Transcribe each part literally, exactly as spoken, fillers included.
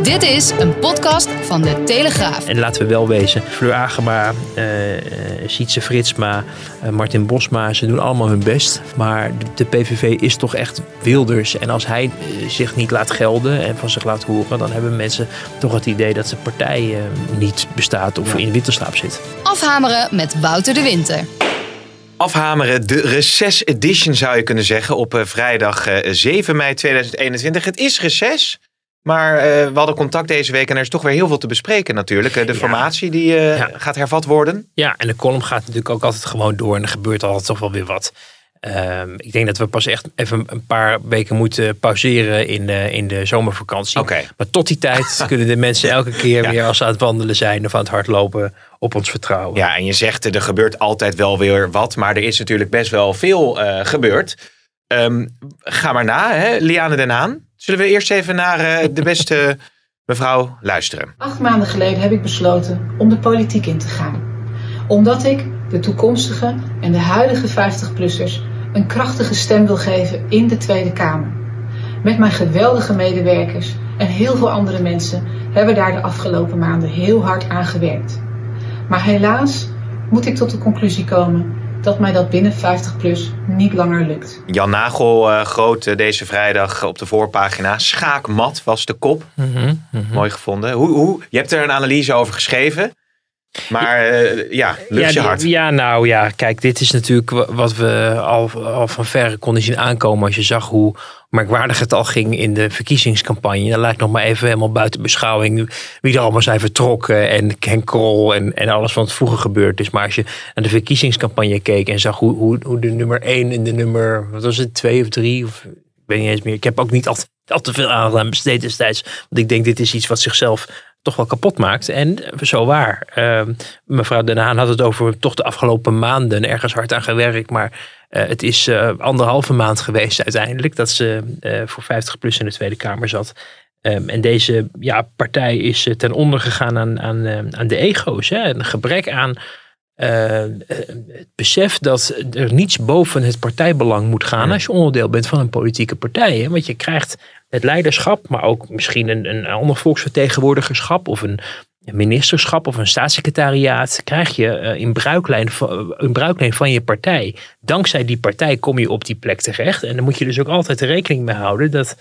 Dit is een podcast van De Telegraaf. En laten we wel wezen, Fleur Agema, uh, Sietse Fritsma, uh, Martin Bosma, ze doen allemaal hun best. Maar de, de P V V is toch echt Wilders. En als hij uh, zich niet laat gelden en van zich laat horen, dan hebben mensen toch het idee dat zijn partij uh, niet bestaat of ja. in winterslaap zit. Afhameren met Wouter de Winter. Afhameren, de reces edition zou je kunnen zeggen, op uh, vrijdag uh, zeven mei tweeduizend eenentwintig. Het is reces. Maar uh, we hadden contact deze week en er is toch weer heel veel te bespreken natuurlijk. De ja. formatie die uh, ja. gaat hervat worden. Ja, en de column gaat natuurlijk ook altijd gewoon door en er gebeurt altijd toch wel weer wat. Um, ik denk dat we pas echt even een paar weken moeten pauzeren in de, in de zomervakantie. Okay. Maar tot die tijd kunnen de mensen elke keer ja. weer als ze aan het wandelen zijn of aan het hardlopen op ons vertrouwen. Ja, en je zegt er gebeurt altijd wel weer wat, maar er is natuurlijk best wel veel uh, gebeurd. Um, ga maar na, hè? Liane Den Haan. Zullen we eerst even naar uh, de beste mevrouw luisteren? Acht maanden geleden heb ik besloten om de politiek in te gaan. Omdat ik de toekomstige en de huidige vijftig-plussers een krachtige stem wil geven in de Tweede Kamer. Met mijn geweldige medewerkers en heel veel andere mensen hebben we daar de afgelopen maanden heel hard aan gewerkt. Maar helaas moet ik tot de conclusie komen dat mij dat binnen vijftig plus niet langer lukt. Jan Nagel uh, groot uh, deze vrijdag op de voorpagina. Schaakmat was de kop. Mm-hmm, mm-hmm. Mooi gevonden. Hoe, hoe, je hebt er een analyse over geschreven. Maar uh, ja, lukt ja, je hard. Ja, nou ja, kijk, dit is natuurlijk wat we al, al van verre konden zien aankomen. Als je zag hoe merkwaardig het al ging in de verkiezingscampagne. Dan lijkt nog maar even helemaal buiten beschouwing wie er allemaal zijn vertrokken. En Henk Krol en, en alles wat vroeger gebeurd is. Maar als je naar de verkiezingscampagne keek en zag hoe, hoe, hoe de nummer één en de nummer, wat was het, twee of drie? Of, ik weet niet eens meer. Ik heb ook niet al, al te veel aandacht aan besteed destijds. Want ik denk, dit is iets wat zichzelf toch wel kapot maakt. En zo waar. Uh, mevrouw Den Haan had het over toch de afgelopen maanden ergens hard aan gewerkt. Maar uh, het is uh, anderhalve maand geweest uiteindelijk dat ze uh, voor vijftig plus in de Tweede Kamer zat. Um, en deze ja, partij is uh, ten onder gegaan aan, aan, uh, aan de ego's. Hè? Een gebrek aan uh, het besef dat er niets boven het partijbelang moet gaan als je onderdeel bent van een politieke partij. Hè? Want je krijgt het leiderschap, maar ook misschien een, een ander volksvertegenwoordigerschap of een ministerschap of een staatssecretariaat krijg je uh, in, bruiklijn van, in bruiklijn van je partij. Dankzij die partij kom je op die plek terecht. En dan moet je dus ook altijd rekening mee houden dat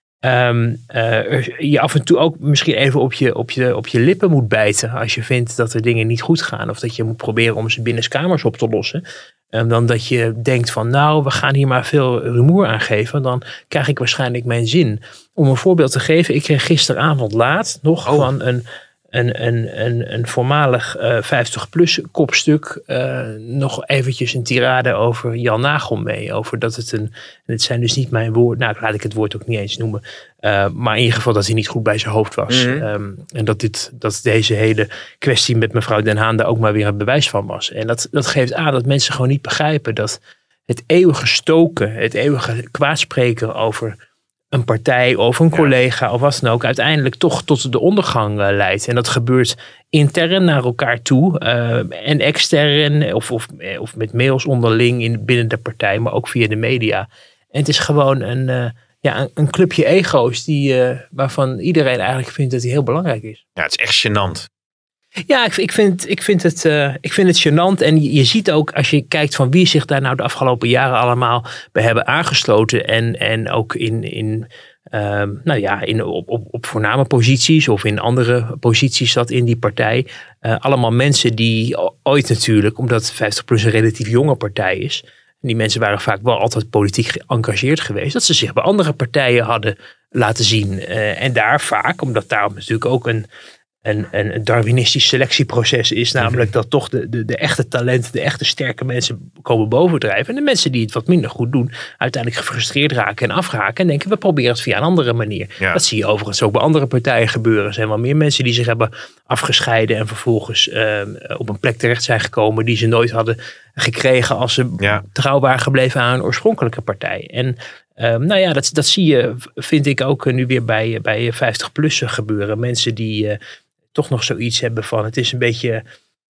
um, uh, je af en toe ook misschien even op je, op, je, op je lippen moet bijten als je vindt dat er dingen niet goed gaan. Of dat je moet proberen om ze binnenskamers op te lossen. Um, dan dat je denkt van nou, we gaan hier maar veel rumoer aan geven. Dan krijg ik waarschijnlijk mijn zin. Om een voorbeeld te geven, ik kreeg gisteravond laat nog oh. van een, een, een, een, een voormalig uh, vijftig plus kopstuk. Uh, nog eventjes een tirade over Jan Nagel mee. Over dat het een, en het zijn dus niet mijn woorden, nou laat ik het woord ook niet eens noemen. Uh, maar in ieder geval dat hij niet goed bij zijn hoofd was. Mm-hmm. Um, en dat, dit, dat deze hele kwestie met mevrouw Den Haan daar ook maar weer een bewijs van was. En dat, dat geeft aan dat mensen gewoon niet begrijpen dat het eeuwige stoken, het eeuwige kwaadspreken over een partij of een collega ja. of wat dan ook, uiteindelijk toch tot de ondergang uh, leidt. En dat gebeurt intern naar elkaar toe uh, en extern of, of, of met mails onderling in, binnen de partij, maar ook via de media. En het is gewoon een, uh, ja, een, een clubje ego's die, uh, waarvan iedereen eigenlijk vindt dat hij heel belangrijk is. Ja, het is echt gênant. Ja, ik, ik, vind, ik, vind het, uh, ik vind het gênant. En je, je ziet ook, als je kijkt van wie zich daar nou de afgelopen jaren allemaal bij hebben aangesloten. En, en ook in, in, uh, nou ja, in, op, op, op voorname posities of in andere posities zat in die partij. Uh, allemaal mensen die ooit natuurlijk, omdat vijftig plus een relatief jonge partij is. En die mensen waren vaak wel altijd politiek geëngageerd geweest. Dat ze zich bij andere partijen hadden laten zien. Uh, en daar vaak, omdat daar natuurlijk ook een... Een, een Darwinistisch selectieproces is, namelijk dat toch de, de, de echte talenten, de echte sterke mensen komen bovendrijven. En de mensen die het wat minder goed doen, uiteindelijk gefrustreerd raken en afhaken en denken, we proberen het via een andere manier. Ja. Dat zie je overigens ook bij andere partijen gebeuren. Er zijn wel meer mensen die zich hebben afgescheiden en vervolgens uh, op een plek terecht zijn gekomen die ze nooit hadden gekregen als ze ja. trouw waren gebleven aan een oorspronkelijke partij. En Um, nou ja, dat, dat zie je, vind ik ook nu weer bij, bij vijftig plussen gebeuren. Mensen die uh, toch nog zoiets hebben van, het is een beetje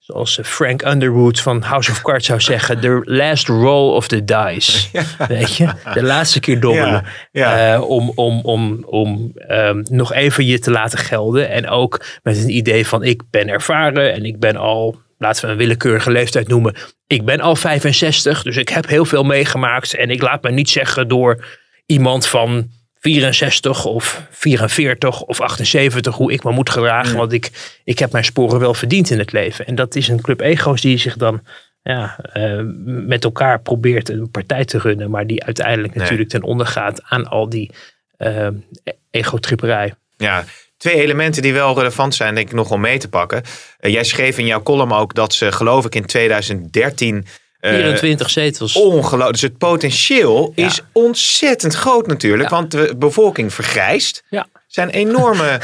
zoals Frank Underwood van House of Cards zou zeggen, the last roll of the dice. Ja. Weet je, de laatste keer dobbelen. Ja, ja. Uh, om om, om, om um, nog even je te laten gelden. En ook met een idee van ik ben ervaren en ik ben al, laten we een willekeurige leeftijd noemen, ik ben al vijfenzestig, dus ik heb heel veel meegemaakt en ik laat me niet zeggen door iemand van vierenzestig of vierenveertig of achtenzeventig hoe ik me moet gedragen. Ja. Want ik, ik heb mijn sporen wel verdiend in het leven. En dat is een club ego's die zich dan ja, uh, met elkaar probeert een partij te runnen. Maar die uiteindelijk nee. natuurlijk ten onder gaat aan al die uh, egotripperij. Ja, twee elementen die wel relevant zijn denk ik nog om mee te pakken. Uh, jij schreef in jouw column ook dat ze geloof ik in tweeduizend dertien... vierentwintig zetels. Ongelooflijk. Dus het potentieel ja. is ontzettend groot natuurlijk. Ja. Want de bevolking vergrijst. Ja. Zijn enorme...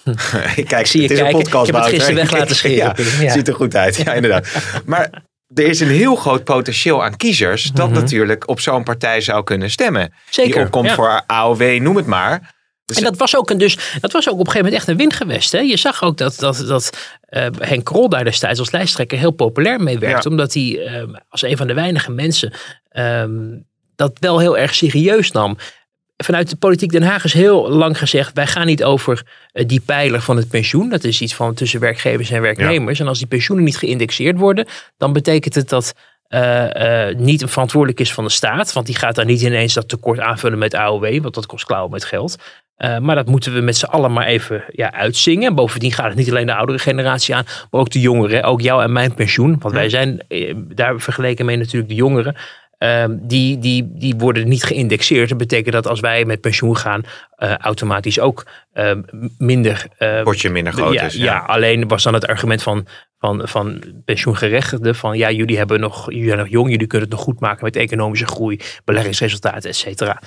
Kijk, zie je het is kijken. een podcast. Ik heb het gisteren weg laten scheren. Ja, ja. Ziet er goed uit. Ja, inderdaad. Maar er is een heel groot potentieel aan kiezers. Dat mm-hmm. natuurlijk op zo'n partij zou kunnen stemmen. Zeker. Die opkomt ja. voor A O W, noem het maar. Dus en dat was ook een, dus, dat was ook op een gegeven moment echt een wingewest. Hè? Je zag ook dat, dat, dat uh, Henk Krol daar destijds als lijsttrekker heel populair mee werd. Ja. Omdat hij uh, als een van de weinige mensen um, dat wel heel erg serieus nam. Vanuit de politiek Den Haag is heel lang gezegd, wij gaan niet over uh, die pijler van het pensioen. Dat is iets van tussen werkgevers en werknemers. Ja. En als die pensioenen niet geïndexeerd worden, dan betekent het dat Uh, uh, niet een verantwoordelijk is van de staat. Want die gaat daar niet ineens dat tekort aanvullen met A O W. Want dat kost klauwen met geld. Uh, maar dat moeten we met z'n allen maar even ja, uitzingen. En bovendien gaat het niet alleen de oudere generatie aan. Maar ook de jongeren. Ook jou en mijn pensioen. Want wij zijn uh, daar vergeleken mee natuurlijk de jongeren. Uh, die, die, die worden niet geïndexeerd. Dat betekent dat als wij met pensioen gaan, uh, automatisch ook uh, minder... Uh, Potje minder groot ja, is. Ja. ja, alleen was dan het argument van, van, van pensioengerechtigden. Van ja, jullie, hebben nog, jullie zijn nog jong. Jullie kunnen het nog goed maken met economische groei, beleggingsresultaten, et cetera.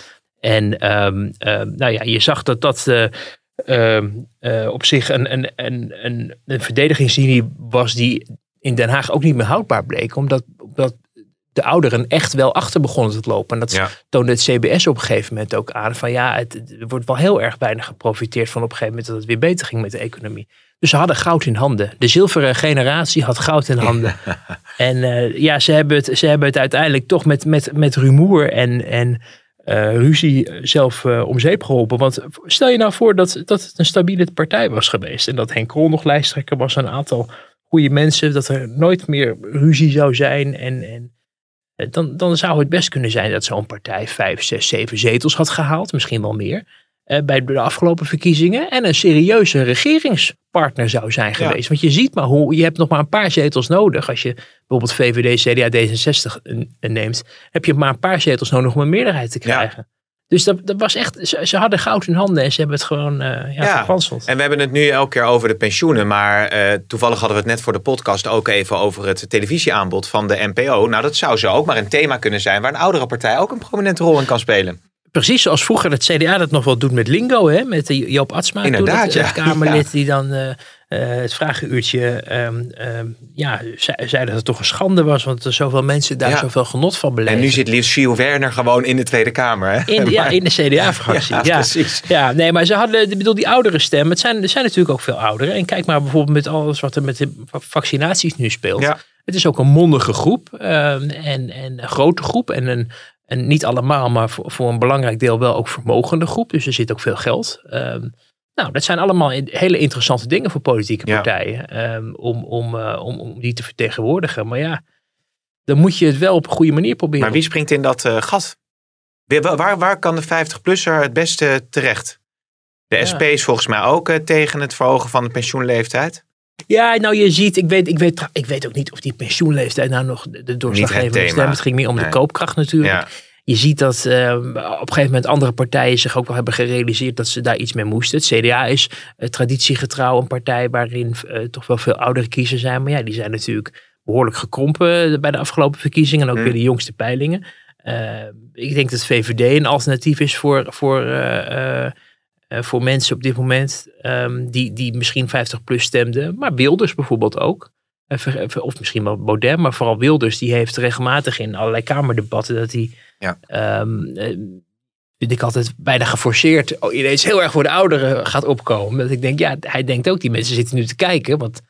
En um, uh, nou ja, je zag dat dat uh, uh, uh, op zich een, een, een, een, een verdedigingslinie was die in Den Haag ook niet meer houdbaar bleek. Omdat, omdat de ouderen echt wel achter begonnen te lopen. En dat ja. toonde het C B S op een gegeven moment ook aan. Van ja, het, er wordt wel heel erg weinig geprofiteerd van op een gegeven moment dat het weer beter ging met de economie. Dus ze hadden goud in handen. De zilveren generatie had goud in handen. en uh, ja, ze hebben, het, ze hebben het uiteindelijk toch met, met, met rumoer en, en uh, ruzie zelf uh, om zeep geholpen. Want stel je nou voor dat, dat het een stabiele partij was geweest. En dat Henk Krol nog lijsttrekker was, een aantal goede mensen. Dat er nooit meer ruzie zou zijn en... en Dan, dan zou het best kunnen zijn dat zo'n partij vijf, zes, zeven zetels had gehaald. Misschien wel meer. Uh, bij de afgelopen verkiezingen. En een serieuze regeringspartner zou zijn geweest. Ja. Want je ziet maar hoe. Je hebt nog maar een paar zetels nodig. Als je bijvoorbeeld V V D, C D A, D zesenzestig neemt. Heb je maar een paar zetels nodig om een meerderheid te krijgen. Ja. Dus dat, dat was echt, ze, ze hadden goud in handen en ze hebben het gewoon uh, ja, ja, verkwanseld. En we hebben het nu elke keer over de pensioenen. Maar uh, toevallig hadden we het net voor de podcast ook even over het televisieaanbod van de N P O. Nou, dat zou zo ook maar een thema kunnen zijn waar een oudere partij ook een prominente rol in kan spelen. Precies zoals vroeger het C D A dat nog wel doet met Lingo, hè? Met Joop Atsma. Inderdaad, toen het, ja. het Kamerlid ja. die dan uh, uh, het vragenuurtje um, um, ja, zei, zei dat het toch een schande was, want er zoveel mensen daar ja. zoveel genot van beleven. En nu zit liefst Giel Werner gewoon in de Tweede Kamer. Hè? In, ja, in de C D A-fractie. Ja, ja, precies. Ja, nee, maar ze hadden, ik bedoel, die oudere stem. Het zijn, er zijn natuurlijk ook veel ouderen. En kijk maar bijvoorbeeld met alles wat er met de vaccinaties nu speelt. Ja. Het is ook een mondige groep um, en, en een grote groep en een En niet allemaal, maar voor, voor een belangrijk deel wel ook vermogende groep. Dus er zit ook veel geld. Um, nou, dat zijn allemaal hele interessante dingen voor politieke partijen. Ja. Um, om, om, uh, om, om die te vertegenwoordigen. Maar ja, dan moet je het wel op een goede manier proberen. Maar wie springt in dat uh, gat? Waar, waar kan de vijftig-plusser het beste terecht? De ja. S P is volgens mij ook uh, tegen het verhogen van de pensioenleeftijd. Ja, nou je ziet, ik weet, ik weet, ik weet ook niet of die pensioenleeftijd nou nog de doorslaggevende stem. Het ging meer om nee. de koopkracht natuurlijk. Ja. Je ziet dat uh, op een gegeven moment andere partijen zich ook wel hebben gerealiseerd dat ze daar iets mee moesten. Het C D A is uh, traditiegetrouw een partij waarin uh, toch wel veel oudere kiezers zijn. Maar ja, die zijn natuurlijk behoorlijk gekrompen bij de afgelopen verkiezingen en ook mm. weer de jongste peilingen. Uh, ik denk dat V V D een alternatief is voor... voor uh, uh, Uh, voor mensen op dit moment um, die, die misschien vijftig plus stemden. Maar Wilders bijvoorbeeld ook. Uh, of misschien wel Baudet. Maar vooral Wilders die heeft regelmatig in allerlei kamerdebatten dat hij... Ja. Um, uh, vind ik altijd bijna geforceerd. Oh, ineens heel erg voor de ouderen gaat opkomen. Dat ik denk, ja, hij denkt ook die mensen zitten nu te kijken. Want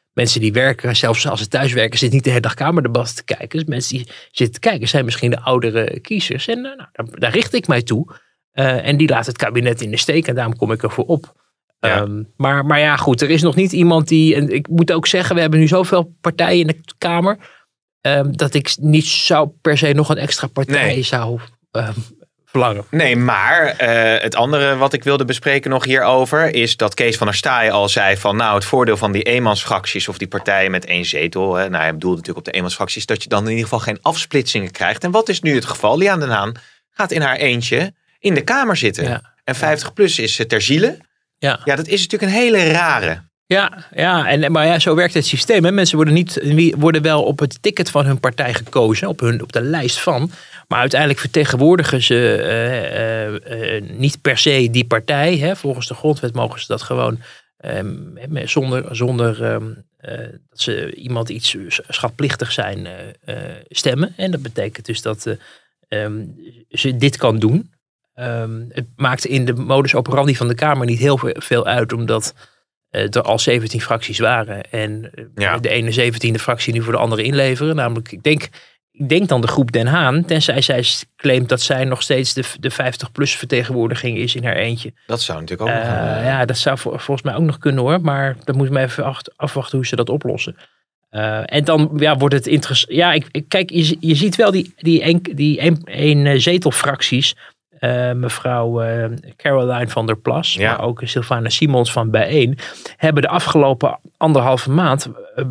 mensen die werken, zelfs als ze thuis werken, zitten niet de hele dag kamerdebatten te kijken. Dus mensen die zitten te kijken zijn misschien de oudere kiezers. En nou, daar, daar richt ik mij toe. Uh, en die laat het kabinet in de steek en daarom kom ik ervoor op. Ja. Um, maar, maar ja, goed, er is nog niet iemand die... En ik moet ook zeggen, we hebben nu zoveel partijen in de Kamer... Um, dat ik niet zou per se nog een extra partij nee. zou um, verlangen. Nee, maar uh, het andere wat ik wilde bespreken nog hierover... is dat Kees van der Staaij al zei van... nou, het voordeel van die eenmansfracties of die partijen met één zetel... Hè, nou, hij bedoelde natuurlijk op de eenmansfracties... dat je dan in ieder geval geen afsplitsingen krijgt. En wat is nu het geval? Liaan den Haan gaat in haar eentje in de Kamer zitten. Ja. En vijftig plus is ter ziele. Ja. ja, dat is natuurlijk een hele rare... Ja, ja, en, maar ja, zo werkt het systeem. Hè. Mensen worden, niet, worden wel op het ticket van hun partij gekozen, op, hun, op de lijst van. Maar uiteindelijk vertegenwoordigen ze uh, uh, uh, niet per se die partij. Hè. Volgens de grondwet mogen ze dat gewoon um, zonder, zonder um, uh, dat ze iemand iets schatplichtig zijn uh, uh, stemmen. En dat betekent dus dat uh, um, ze dit kan doen. Um, het maakt in de modus operandi van de Kamer niet heel veel uit, omdat... er al zeventien fracties waren. En ja. de ene zeventiende fractie nu voor de andere inleveren. Namelijk, ik denk, ik denk dan de groep Den Haan. Tenzij zij claimt dat zij nog steeds de, de vijftig-plus vertegenwoordiging is in haar eentje. Dat zou natuurlijk ook uh, nog kunnen. Ja, dat zou volgens mij ook nog kunnen hoor. Maar dan moet je maar even afwachten hoe ze dat oplossen. Uh, en dan ja, wordt het interessant. Ja, ik, ik, kijk, je, je ziet wel die, die, een, die een, een zetelfracties... Uh, mevrouw uh, Caroline van der Plas, ja. maar ook Sylvana Simons van Bijeen, hebben de afgelopen anderhalve maand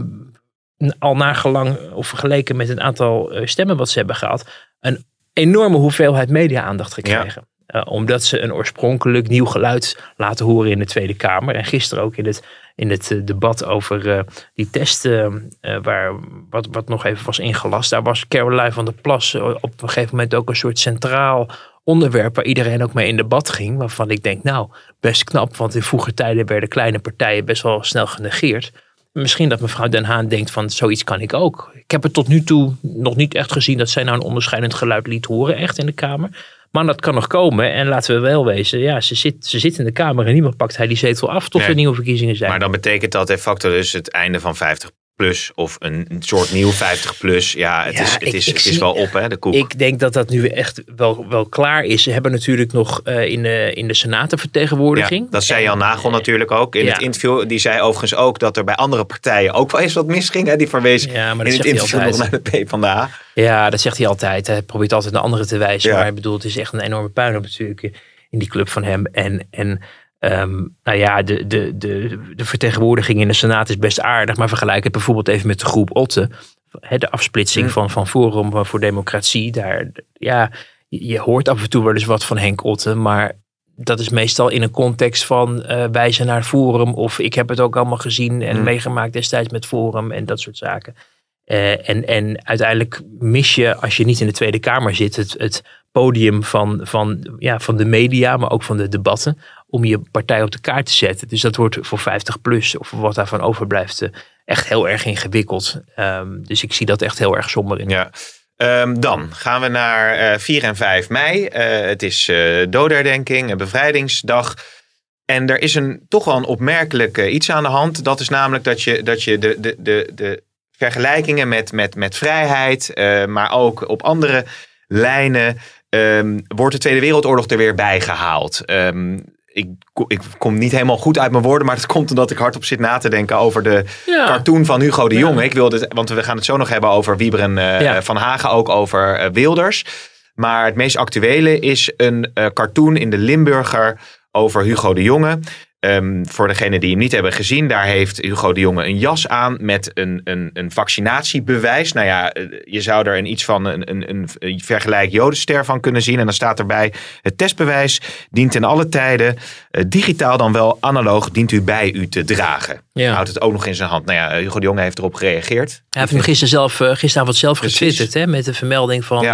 uh, al nagelang of vergeleken met het aantal uh, stemmen wat ze hebben gehad, een enorme hoeveelheid media-aandacht gekregen. Ja. Uh, omdat ze een oorspronkelijk nieuw geluid laten horen in de Tweede Kamer. En gisteren ook in het, in het uh, debat over uh, die test, uh, uh, waar, wat, wat nog even was ingelast. Daar was Caroline van der Plas uh, op een gegeven moment ook een soort centraal onderwerp waar iedereen ook mee in debat ging. Waarvan ik denk, nou, best knap. Want in vroeger tijden werden kleine partijen best wel snel genegeerd. Misschien dat mevrouw Den Haan denkt van, zoiets kan ik ook. Ik heb het tot nu toe nog niet echt gezien dat zij nou een onderscheidend geluid liet horen, echt in de Kamer. Maar dat kan nog komen. En laten we wel wezen, ja, ze zit, ze zit in de Kamer en niemand pakt hij die zetel af tot nee. er nieuwe verkiezingen zijn. Maar dan betekent dat de facto dus het einde van vijftig plus of een soort nieuw vijftig plus. Ja, het, ja, is, het, ik, is, ik het zie, is wel op, hè, de koek. Ik denk dat dat nu echt wel, wel klaar is. Ze hebben natuurlijk nog uh, in, de, in de Senaat een vertegenwoordiging. Ja, dat zei Jan Nagel natuurlijk ook in ja. het interview. Die zei overigens ook dat er bij andere partijen ook wel eens wat misging. Hè? Die verwees ja, maar in het interview nog naar de PvdA. Ja, dat zegt hij altijd. Hij probeert altijd naar anderen te wijzen. Ja. Maar ik bedoel, het is echt een enorme puinhoop natuurlijk in die club van hem. En... en Um, nou ja, de, de, de, de vertegenwoordiging in de Senaat is best aardig. Maar vergelijk het bijvoorbeeld even met de groep Otte. De afsplitsing mm. van, van Forum voor Democratie. Daar, ja, je hoort af en toe wel eens wat van Henk Otte. Maar dat is meestal in een context van uh, wijzen naar Forum. Of ik heb het ook allemaal gezien en mm. meegemaakt destijds met Forum en dat soort zaken. Uh, en, en uiteindelijk mis je, als je niet in de Tweede Kamer zit, het, het podium van, van, ja, van de media, maar ook van de debatten, om je partij op de kaart te zetten. Dus dat wordt voor vijftig plus, of wat daarvan overblijft, echt heel erg ingewikkeld. Um, dus ik zie dat echt heel erg somber in. Ja. Um, dan gaan we naar uh, vier en vijf mei. Uh, het is uh, dodenherdenking, bevrijdingsdag. En er is een, toch wel een opmerkelijk uh, iets aan de hand. Dat is namelijk dat je, dat je de, de, de, de vergelijkingen met, met, met vrijheid, uh, maar ook op andere lijnen, um, wordt de Tweede Wereldoorlog er weer bij gehaald. Um, ik, ik kom niet helemaal goed uit mijn woorden, maar het komt omdat ik hardop zit na te denken over de ja. cartoon van Hugo de Jonge. Ja. Ik wilde, want we gaan het zo nog hebben over Wieberen uh, ja. van Hagen, ook over uh, Wilders. Maar het meest actuele is een uh, cartoon in de Limburger over Hugo de Jonge. Um, voor degenen die hem niet hebben gezien, daar heeft Hugo de Jonge een jas aan met een, een, een vaccinatiebewijs. Nou ja, je zou er een, iets van een, een, een, een vergelijk Jodenster van kunnen zien. En dan staat erbij: het testbewijs dient in alle tijden, uh, digitaal dan wel analoog, dient u bij u te dragen. Ja. Houdt het ook nog in zijn hand. Nou ja, Hugo de Jonge heeft erop gereageerd. Hij heeft hem gisteren zelf, uh, gisteravond zelf getwitterd, hè, met de vermelding van... Ja. Uh,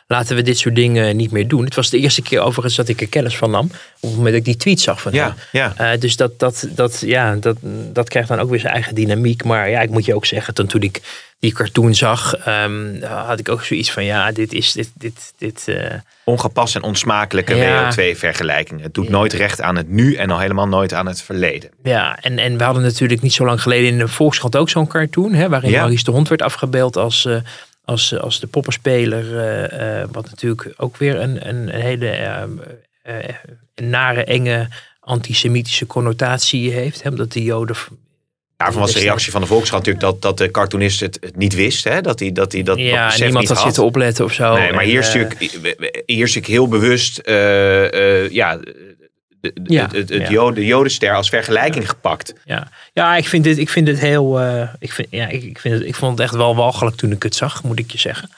laten we dit soort dingen niet meer doen. Het was de eerste keer overigens dat ik er kennis van nam. Op het moment dat ik die tweet zag van ja, hem. Ja. Uh, dus dat, dat, dat, ja, dat, dat krijgt dan ook weer zijn eigen dynamiek. Maar ja, ik moet je ook zeggen, toen, toen ik die cartoon zag, um, had ik ook zoiets van, ja, dit is dit, dit, dit. Uh... Ongepast en onsmakelijke ja. W O twee vergelijkingen. Het doet ja. nooit recht aan het nu en al helemaal nooit aan het verleden. Ja, en, en we hadden natuurlijk niet zo lang geleden in de Volkskrant ook zo'n cartoon, hè, waarin ja. Maurice de Hond werd afgebeeld als, uh, als, als de poppenspeler. Uh, uh, wat natuurlijk ook weer een, een, een hele uh, uh, een nare, enge antisemitische connotatie heeft. Hè, omdat de Joden... Daarvan was de reactie van de Volkskrant natuurlijk dat, dat de cartoonist het, het niet wist. Hè? Dat hij dat, hij dat ja, niemand had zitten opletten of zo. Nee, maar hier is, uh, natuurlijk, hier is natuurlijk heel bewust uh, uh, ja, de, ja, het, het, het ja. Joden, de Jodenster als vergelijking ja. gepakt. Ja, ja ik, vind dit, ik vind dit heel... Uh, ik, vind, ja, ik, ik, vind het, ik vond het echt wel walgelijk toen ik het zag, moet ik je zeggen.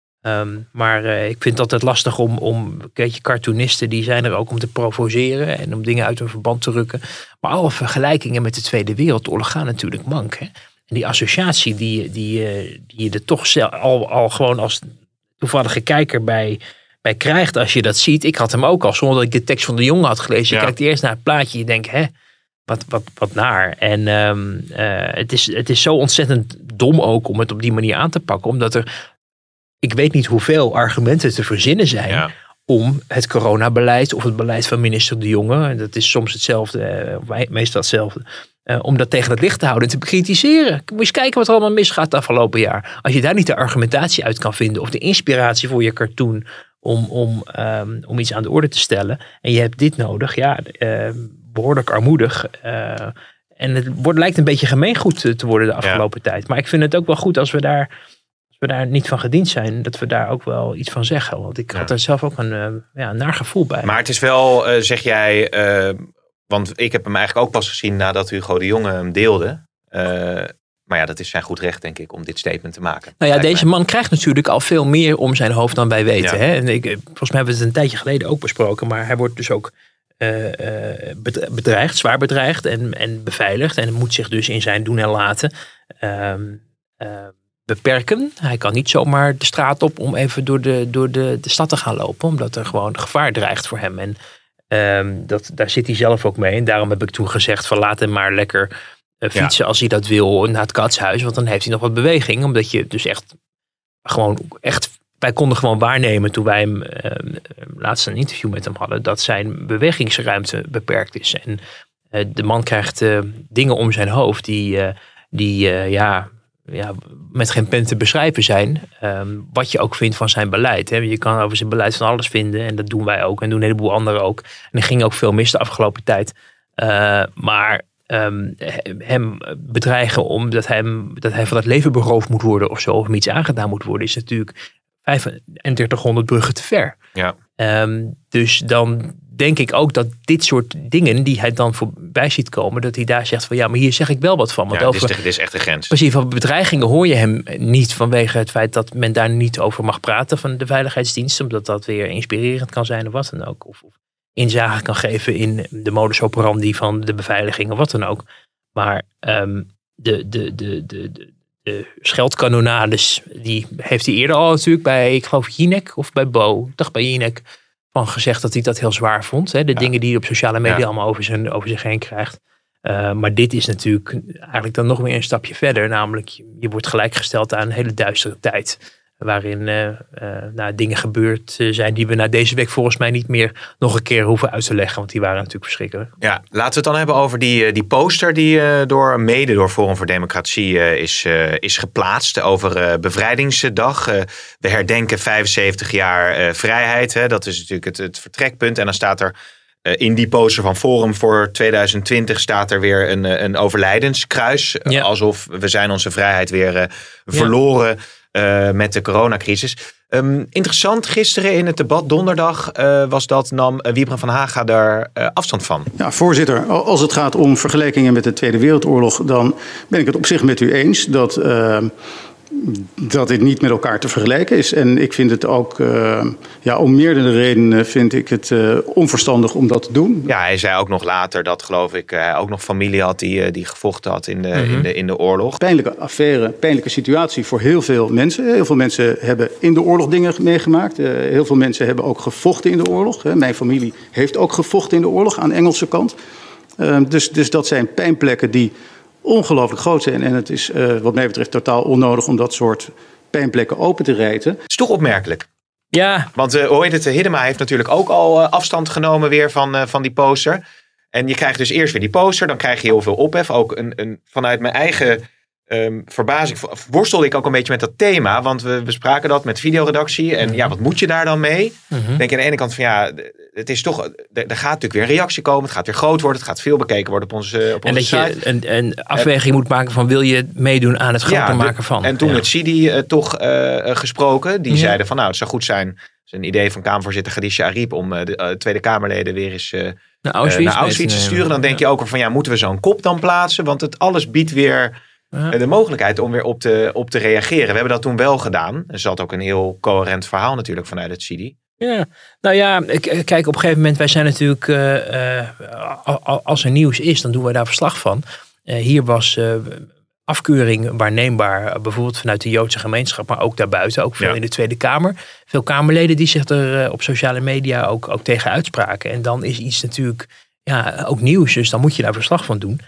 Um, maar uh, ik vind het altijd lastig om, om weet je, cartoonisten die zijn er ook om te provoceren en om dingen uit hun verband te rukken. Maar alle vergelijkingen met de Tweede Wereldoorlog gaan natuurlijk mank. Hè? En die associatie die, die, die je er toch zelf, al, al gewoon als toevallige kijker bij, bij krijgt als je dat ziet. Ik had hem ook al, zonder dat ik de tekst van de jongen had gelezen. Je ja. kijkt eerst naar het plaatje, je denkt, hè, wat, wat, wat naar. En um, uh, het, is, het is zo ontzettend dom ook om het op die manier aan te pakken, omdat er... Ik weet niet hoeveel argumenten te verzinnen zijn ja. om het coronabeleid of het beleid van minister De Jonge, en dat is soms hetzelfde, meestal hetzelfde, uh, om dat tegen het licht te houden en te bekritiseren. Moet je eens kijken wat er allemaal misgaat het afgelopen jaar. Als je daar niet de argumentatie uit kan vinden of de inspiratie voor je cartoon om, om, um, om iets aan de orde te stellen en je hebt dit nodig, ja, uh, behoorlijk armoedig. Uh, en het wordt, lijkt een beetje gemeengoed te worden de afgelopen ja. tijd. Maar ik vind het ook wel goed als we daar... we daar niet van gediend zijn, dat we daar ook wel iets van zeggen. Want ik had ja. er zelf ook een, uh, ja, een naar gevoel bij. Maar het is wel, uh, zeg jij, uh, want ik heb hem eigenlijk ook pas gezien nadat Hugo de Jonge hem deelde. Uh, maar ja, dat is zijn goed recht, denk ik, om dit statement te maken. Nou ja, deze mij. man krijgt natuurlijk al veel meer om zijn hoofd dan wij weten. Ja. Hè? En ik, volgens mij hebben we het een tijdje geleden ook besproken, maar hij wordt dus ook uh, uh, bedreigd, zwaar bedreigd en, en beveiligd. En moet zich dus in zijn doen en laten Uh, uh, beperken. Hij kan niet zomaar de straat op om even door de, door de, de stad te gaan lopen. Omdat er gewoon gevaar dreigt voor hem. En um, dat, daar zit hij zelf ook mee. En daarom heb ik toen gezegd van laat hem maar lekker uh, fietsen ja. als hij dat wil naar het Katshuis. Want dan heeft hij nog wat beweging. Omdat je dus echt gewoon echt... Wij konden gewoon waarnemen toen wij hem uh, laatst een interview met hem hadden. Dat zijn bewegingsruimte beperkt is. En uh, de man krijgt uh, dingen om zijn hoofd die, uh, die uh, ja... Ja, met geen pen te beschrijven zijn. Um, wat je ook vindt van zijn beleid. Hè. Je kan over zijn beleid van alles vinden. En dat doen wij ook. En doen een heleboel anderen ook. En er ging ook veel mis de afgelopen tijd. Uh, maar um, hem bedreigen omdat hij, dat hij van het leven beroofd moet worden. Of zo. Of hem iets aangedaan moet worden. Is natuurlijk vijfendertighonderd bruggen te ver. Ja. Um, dus dan denk ik ook dat dit soort dingen die hij dan voorbij ziet komen, dat hij daar zegt van ja, maar hier zeg ik wel wat van. Want ja, over, dit, is, dit is echt de grens. Precies, van bedreigingen hoor je hem niet vanwege het feit dat men daar niet over mag praten van de veiligheidsdienst, omdat dat weer inspirerend kan zijn of wat dan ook. Of, of inzage kan geven in de modus operandi van de beveiliging of wat dan ook. Maar um, de, de, de, de, de, de scheldkanonades, die heeft hij eerder al natuurlijk bij, ik geloof Jinek of bij Bo, ik dacht bij Jinek, van gezegd dat hij dat heel zwaar vond. Hè? De ja. dingen die hij op sociale media ja. allemaal over, zijn, over zich heen krijgt. Uh, maar dit is natuurlijk eigenlijk dan nog weer een stapje verder. Namelijk, je, je wordt gelijkgesteld aan een hele duistere tijd. Waarin uh, uh, nou, dingen gebeurd zijn die we na deze week volgens mij niet meer nog een keer hoeven uit te leggen. Want die waren natuurlijk verschrikkelijk. Ja, laten we het dan hebben over die, die poster die uh, door, mede door Forum voor Democratie uh, is, uh, is geplaatst. Over uh, Bevrijdingsdag. Uh, we herdenken vijfenzeventig jaar uh, vrijheid. Hè. Dat is natuurlijk het, het vertrekpunt. En dan staat er uh, in die poster van Forum voor twintig twintig staat er weer een, een overlijdenskruis. Ja. Uh, alsof we zijn onze vrijheid weer uh, verloren. Ja. Uh, met de coronacrisis. Um, interessant, gisteren in het debat donderdag uh, was dat, nam uh, Wiebren van Haga daar uh, afstand van. Ja, voorzitter, als het gaat om vergelijkingen met de Tweede Wereldoorlog, dan ben ik het op zich met u eens dat uh, dat dit niet met elkaar te vergelijken is. En ik vind het ook, uh, ja, om meerdere redenen vind ik het uh, onverstandig om dat te doen. Ja, hij zei ook nog later dat, geloof ik, hij ook nog familie had die, die gevochten had in de, mm-hmm. in de, in de oorlog. Pijnlijke affaire, pijnlijke situatie voor heel veel mensen. Heel veel mensen hebben in de oorlog dingen meegemaakt. Uh, heel veel mensen hebben ook gevochten in de oorlog. Hè. Mijn familie heeft ook gevochten in de oorlog aan de Engelse kant. Uh, dus, dus dat zijn pijnplekken die ongelooflijk groot zijn. En het is uh, wat mij betreft totaal onnodig om dat soort pijnplekken open te rijten. Het is toch opmerkelijk. Ja. Want uh, hoe heet het, Hiddema heeft natuurlijk ook al uh, afstand genomen weer van, uh, van die poster. En je krijgt dus eerst weer die poster. Dan krijg je heel veel ophef. Ook een, een, vanuit mijn eigen um, verbazing worstelde ik ook een beetje met dat thema. Want we bespraken dat met videoredactie. En ja, wat moet je daar dan mee? Mm-hmm. Denk je aan de ene kant van ja, het is toch, er gaat natuurlijk weer een reactie komen. Het gaat weer groot worden. Het gaat veel bekeken worden op onze, op en onze dat site. je een, een afweging uh, moet maken van wil je meedoen aan het groter ja, maken de, van. En toen ja. het C I D I uh, toch uh, gesproken. Die ja. zeiden van nou, het zou goed zijn. Het is een idee van Kamervoorzitter Khadija Ariep om uh, de uh, Tweede Kamerleden weer eens uh, naar Auschwitz, uh, naar Auschwitz te sturen. Dan denk ja. je ook van ja, moeten we zo'n kop dan plaatsen? Want het alles biedt weer ja. uh, de mogelijkheid om weer op te, op te reageren. We hebben dat toen wel gedaan. Er zat ook een heel coherent verhaal natuurlijk vanuit het C I D I. Ja, nou ja, kijk, op een gegeven moment, wij zijn natuurlijk, uh, uh, als er nieuws is, dan doen wij daar verslag van. Uh, hier was uh, afkeuring waarneembaar, bijvoorbeeld vanuit de Joodse gemeenschap, maar ook daarbuiten, ook veel ja. in de Tweede Kamer. Veel Kamerleden die zich er uh, op sociale media ook, ook tegen uitspraken. En dan is iets natuurlijk ja, ook nieuws, dus dan moet je daar verslag van doen.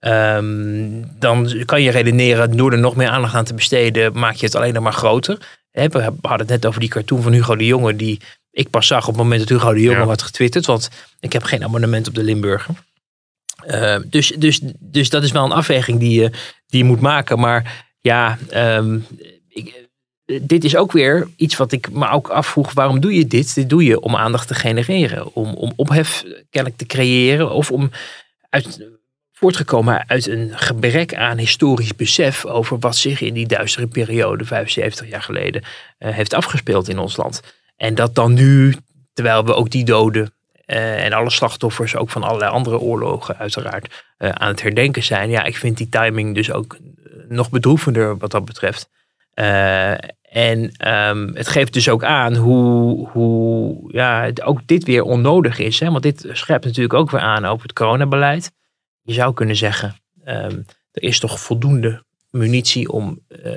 Um, dan kan je redeneren, door er nog meer aandacht aan te besteden, maak je het alleen nog maar groter. He, we hadden het net over die cartoon van Hugo de Jonge, die ik pas zag op het moment dat Hugo de Jonge ja. had getwitterd, want ik heb geen abonnement op de Limburger. Uh, dus, dus, dus dat is wel een afweging die je, die je moet maken. Maar ja, um, ik, dit is ook weer iets wat ik me ook afvroeg. Waarom doe je dit? Dit doe je om aandacht te genereren. Om, om ophef kennelijk te creëren. Of om uit, voortgekomen uit een gebrek aan historisch besef over wat zich in die duistere periode vijfenzeventig jaar geleden uh, heeft afgespeeld in ons land. En dat dan nu, terwijl we ook die doden Uh, en alle slachtoffers, ook van allerlei andere oorlogen uiteraard, uh, aan het herdenken zijn. Ja, ik vind die timing dus ook nog bedroevender wat dat betreft. Uh, en um, het geeft dus ook aan hoe, hoe ja, ook dit weer onnodig is. Hè? Want dit scherpt natuurlijk ook weer aan over het coronabeleid. Je zou kunnen zeggen, um, er is toch voldoende munitie om uh,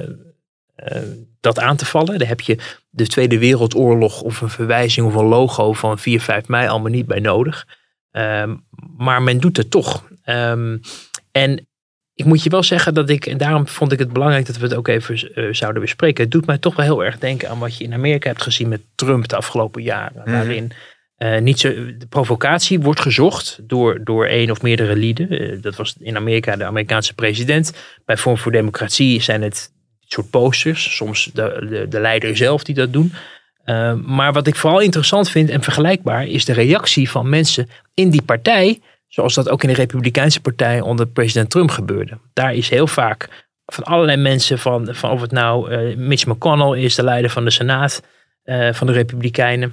uh, dat aan te vallen. Daar heb je de Tweede Wereldoorlog of een verwijzing of een logo van vier, vijf mei allemaal niet bij nodig. Um, maar men doet het toch. Um, en ik moet je wel zeggen dat ik, en daarom vond ik het belangrijk dat we het ook even uh, zouden bespreken. Het doet mij toch wel heel erg denken aan wat je in Amerika hebt gezien met Trump de afgelopen jaren. Mm-hmm. Waarin uh, niet zo, de provocatie wordt gezocht door, door één of meerdere lieden. Uh, dat was in Amerika de Amerikaanse president. Bij Vorm voor Democratie zijn het soort posters, soms de, de, de leider zelf die dat doen. Uh, maar wat ik vooral interessant vind en vergelijkbaar is de reactie van mensen in die partij, zoals dat ook in de Republikeinse partij onder president Trump gebeurde. Daar is heel vaak van allerlei mensen, van, van of het nou uh, Mitch McConnell is, de leider van de Senaat uh, van de Republikeinen,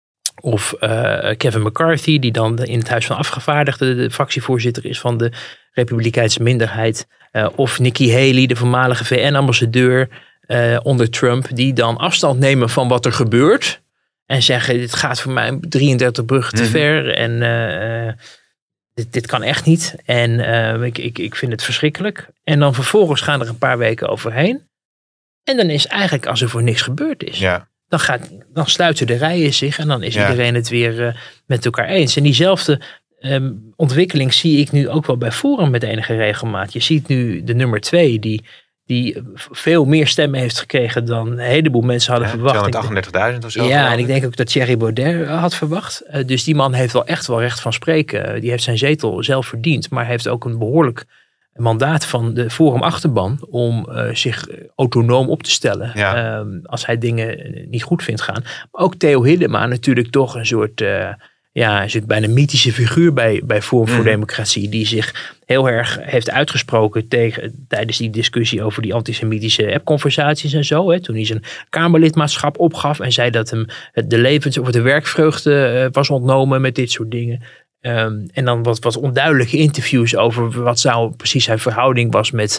of uh, Kevin McCarthy, die dan in het Huis van Afgevaardigden de fractievoorzitter is van de Republikeinse minderheid. Uh, of Nikki Haley, de voormalige V N-ambassadeur uh, onder Trump, die dan afstand nemen van wat er gebeurt. En zeggen, dit gaat voor mij drieëndertig bruggen te mm-hmm. ver. En uh, dit, dit kan echt niet. En uh, ik, ik, ik vind het verschrikkelijk. En dan vervolgens gaan er een paar weken overheen. En dan is eigenlijk alsof er niks gebeurd is. Ja. Dan, gaat, dan sluiten de rijen zich en dan is ja. iedereen het weer uh, met elkaar eens. En diezelfde um, ontwikkeling zie ik nu ook wel bij Forum met enige regelmaat. Je ziet nu de nummer twee die, die veel meer stemmen heeft gekregen dan een heleboel mensen hadden ja, verwacht. tweehonderdachtendertigduizend of zo. Ja, en ik denk ook dat Thierry Baudet had verwacht. Uh, dus die man heeft wel echt wel recht van spreken. Uh, die heeft zijn zetel zelf verdiend, maar heeft ook een behoorlijk mandaat van de Forum achterban om uh, zich autonoom op te stellen ja. uh, als hij dingen niet goed vindt gaan. Maar ook Theo Hiddema natuurlijk toch een soort, uh, ja, een soort bijna mythische figuur bij, bij Forum voor mm. Democratie, die zich heel erg heeft uitgesproken tegen, tijdens die discussie over die antisemitische appconversaties en zo. Hè, toen hij zijn Kamerlidmaatschap opgaf en zei dat hem de levens- of de werkvreugde uh, was ontnomen met dit soort dingen. Um, en dan wat, wat onduidelijke interviews over wat zou precies zijn verhouding was met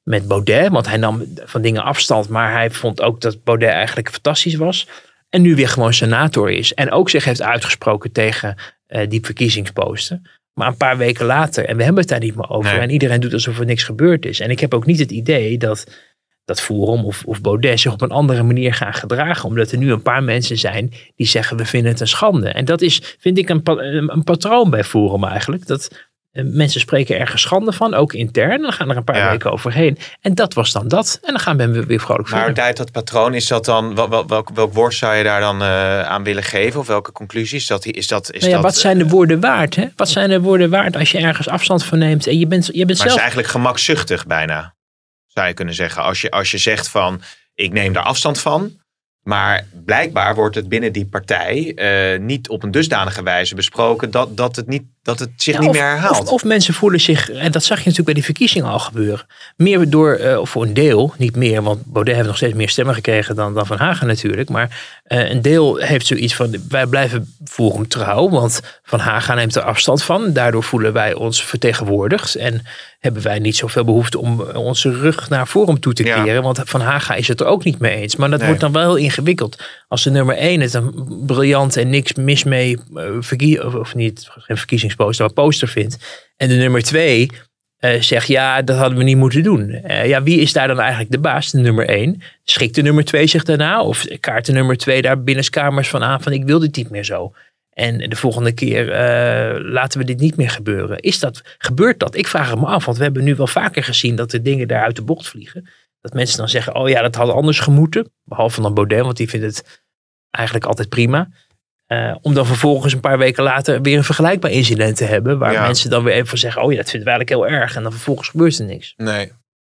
met Baudet. Want hij nam van dingen afstand. Maar hij vond ook dat Baudet eigenlijk fantastisch was. En nu weer gewoon senator is. En ook zich heeft uitgesproken tegen uh, die verkiezingsposten. Maar een paar weken later. En we hebben het daar niet meer over. Nee. En iedereen doet alsof er niks gebeurd is. En ik heb ook niet het idee dat... dat Forum of, of Baudet zich op een andere manier gaan gedragen. Omdat er nu een paar mensen zijn die zeggen we vinden het een schande. En dat is, vind ik, een, een patroon bij Forum eigenlijk. Dat uh, mensen spreken ergens schande van, ook intern. En dan gaan er een paar ja. weken overheen. En dat was dan dat. En dan gaan we weer vrolijk verder. Maar duidt dat patroon, is dat dan, wel, welk, welk woord zou je daar dan uh, aan willen geven? Of welke conclusies? Is dat, is dat, is nou ja, dat, wat zijn de woorden waard? Hè? Wat zijn de woorden waard als je ergens afstand van neemt? En je bent, je bent maar zelf... het is eigenlijk gemakzuchtig bijna. Zou je kunnen zeggen. Als je, als je zegt van, ik neem daar afstand van. Maar blijkbaar wordt het binnen die partij uh, niet op een dusdanige wijze besproken dat, dat, het, niet, dat het zich ja, niet of, meer herhaalt. Of, of mensen voelen zich, en dat zag je natuurlijk bij die verkiezingen al gebeuren. Meer door, uh, of voor een deel, niet meer, want Baudet heeft nog steeds meer stemmen gekregen dan, dan Van Hagen natuurlijk. Maar uh, een deel heeft zoiets van, wij blijven Forum trouw, want Van Hagen neemt er afstand van. Daardoor voelen wij ons vertegenwoordigd en hebben wij niet zoveel behoefte om onze rug naar Forum toe te keren. Ja. Want Van Haga is het er ook niet mee eens. Maar dat nee. wordt dan wel heel ingewikkeld. Als de nummer één het een briljant en niks mis mee, uh, verkie- of niet, geen verkiezingsposter, maar poster vindt. En de nummer twee uh, zegt, ja, dat hadden we niet moeten doen. Uh, ja, wie is daar dan eigenlijk de baas? De nummer één. Schikt de nummer twee zich daarna? Of kaart de nummer twee daar binnenskamers van aan van ik wil dit niet meer zo. En de volgende keer uh, laten we dit niet meer gebeuren. Is dat, gebeurt dat? Ik vraag het me af, want we hebben nu wel vaker gezien dat er dingen daar uit de bocht vliegen. Dat mensen dan zeggen, oh ja, dat had anders gemoeten. Behalve dan Baudet, want die vindt het eigenlijk altijd prima. Uh, om dan vervolgens een paar weken later weer een vergelijkbaar incident te hebben. Waar ja. mensen dan weer even van zeggen, oh ja, dat vinden we eigenlijk heel erg. En dan vervolgens gebeurt er niks. Nee.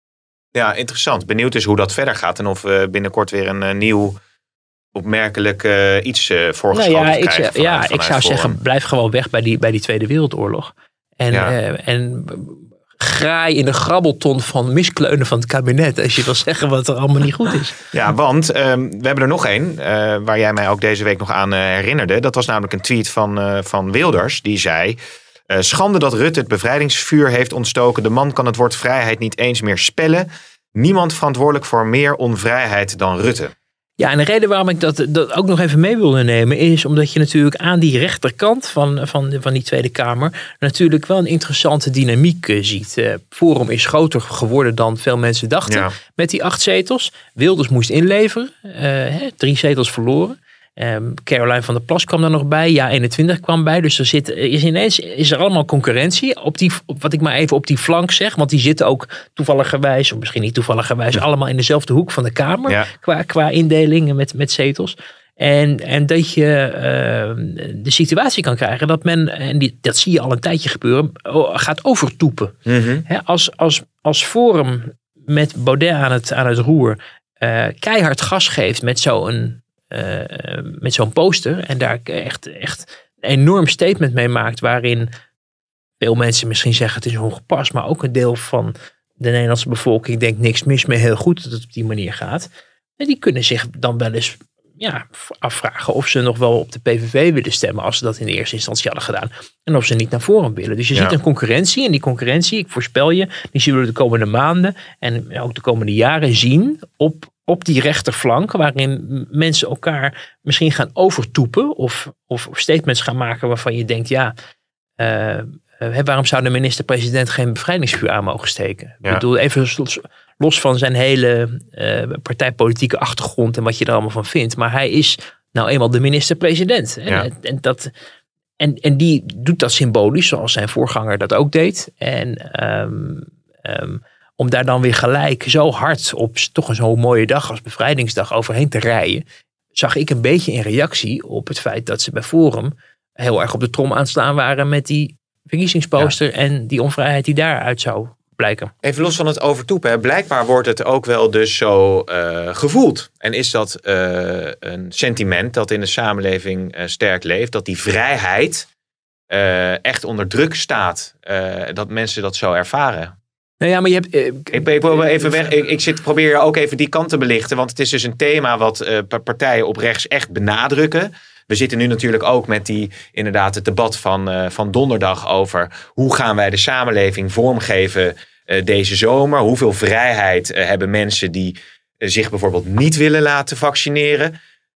Ja, interessant. Benieuwd dus hoe dat verder gaat. En of we binnenkort weer een uh, nieuw... opmerkelijk uh, iets uh, voorgeschoten nou ja, krijgen. Ik, Vanuit, ja, ik zou Forum. zeggen, blijf gewoon weg bij die, bij die Tweede Wereldoorlog. En, ja. uh, en graai in de grabbelton van miskleunen van het kabinet. Als je wil zeggen wat er allemaal niet goed is. Ja, want um, we hebben er nog één. Uh, waar jij mij ook deze week nog aan uh, herinnerde. Dat was namelijk een tweet van, uh, van Wilders. Die zei... Uh, schande dat Rutte het bevrijdingsvuur heeft ontstoken. De man kan het woord vrijheid niet eens meer spellen. Niemand verantwoordelijk voor meer onvrijheid dan Rutte. Ja, en de reden waarom ik dat, dat ook nog even mee wilde nemen is omdat je natuurlijk aan die rechterkant van, van, van die Tweede Kamer natuurlijk wel een interessante dynamiek uh, ziet. Uh, Forum is groter geworden dan veel mensen dachten ja. met die acht zetels. Wilders moest inleveren, uh, hè, drie zetels verloren. Um, Caroline van der Plas kwam daar nog bij. Ja, eenentwintig kwam bij. Dus er zit, is ineens is er allemaal concurrentie. Op die, op wat ik maar even op die flank zeg. Want die zitten ook toevalligerwijs, of misschien niet toevalligerwijs, allemaal in dezelfde hoek van de Kamer. Ja. Qua, qua indeling met, met zetels. En, en dat je uh, de situatie kan krijgen dat men, en die, dat zie je al een tijdje gebeuren, gaat overtoepen. Mm-hmm. He, als, als, als Forum met Baudet aan het, aan het roer uh, keihard gas geeft met zo'n Uh, met zo'n poster en daar echt, echt een enorm statement mee maakt waarin veel mensen misschien zeggen het is ongepast, maar ook een deel van de Nederlandse bevolking denkt niks mis mee, heel goed dat het op die manier gaat. En die kunnen zich dan wel eens ja, afvragen of ze nog wel op de P V V willen stemmen als ze dat in de eerste instantie hadden gedaan. En of ze niet naar Forum willen. Dus je ja. ziet een concurrentie en die concurrentie, ik voorspel je, die zullen we de komende maanden en ook de komende jaren zien op op die rechterflank, waarin mensen elkaar misschien gaan overtoepen of, of statements gaan maken waarvan je denkt, ja, uh, uh, waarom zou de minister-president geen bevrijdingsvuur aan mogen steken? Ja. Ik bedoel, even los, los van zijn hele uh, partijpolitieke achtergrond en wat je er allemaal van vindt, maar hij is nou eenmaal de minister-president. Ja. En, en, dat, en, en die doet dat symbolisch, zoals zijn voorganger dat ook deed. En um, um, om daar dan weer gelijk zo hard op toch een zo'n mooie dag als bevrijdingsdag overheen te rijden, zag ik een beetje in reactie op het feit dat ze bij Forum heel erg op de trom aanslaan waren met die verkiezingsposter ja. en die onvrijheid die daaruit zou blijken. Even los van het overtoepen, hè. Blijkbaar wordt het ook wel dus zo uh, gevoeld. En is dat uh, een sentiment dat in de samenleving uh, sterk leeft, dat die vrijheid uh, echt onder druk staat, uh, dat mensen dat zo ervaren. Nou ja, maar je hebt, uh, ik, ik wil even weg. Ik, ik zit, probeer ook even die kant te belichten. Want het is dus een thema wat uh, partijen op rechts echt benadrukken. We zitten nu natuurlijk ook met die, inderdaad, het debat van, uh, van donderdag over hoe gaan wij de samenleving vormgeven uh, deze zomer? Hoeveel vrijheid uh, hebben mensen die uh, zich bijvoorbeeld niet willen laten vaccineren?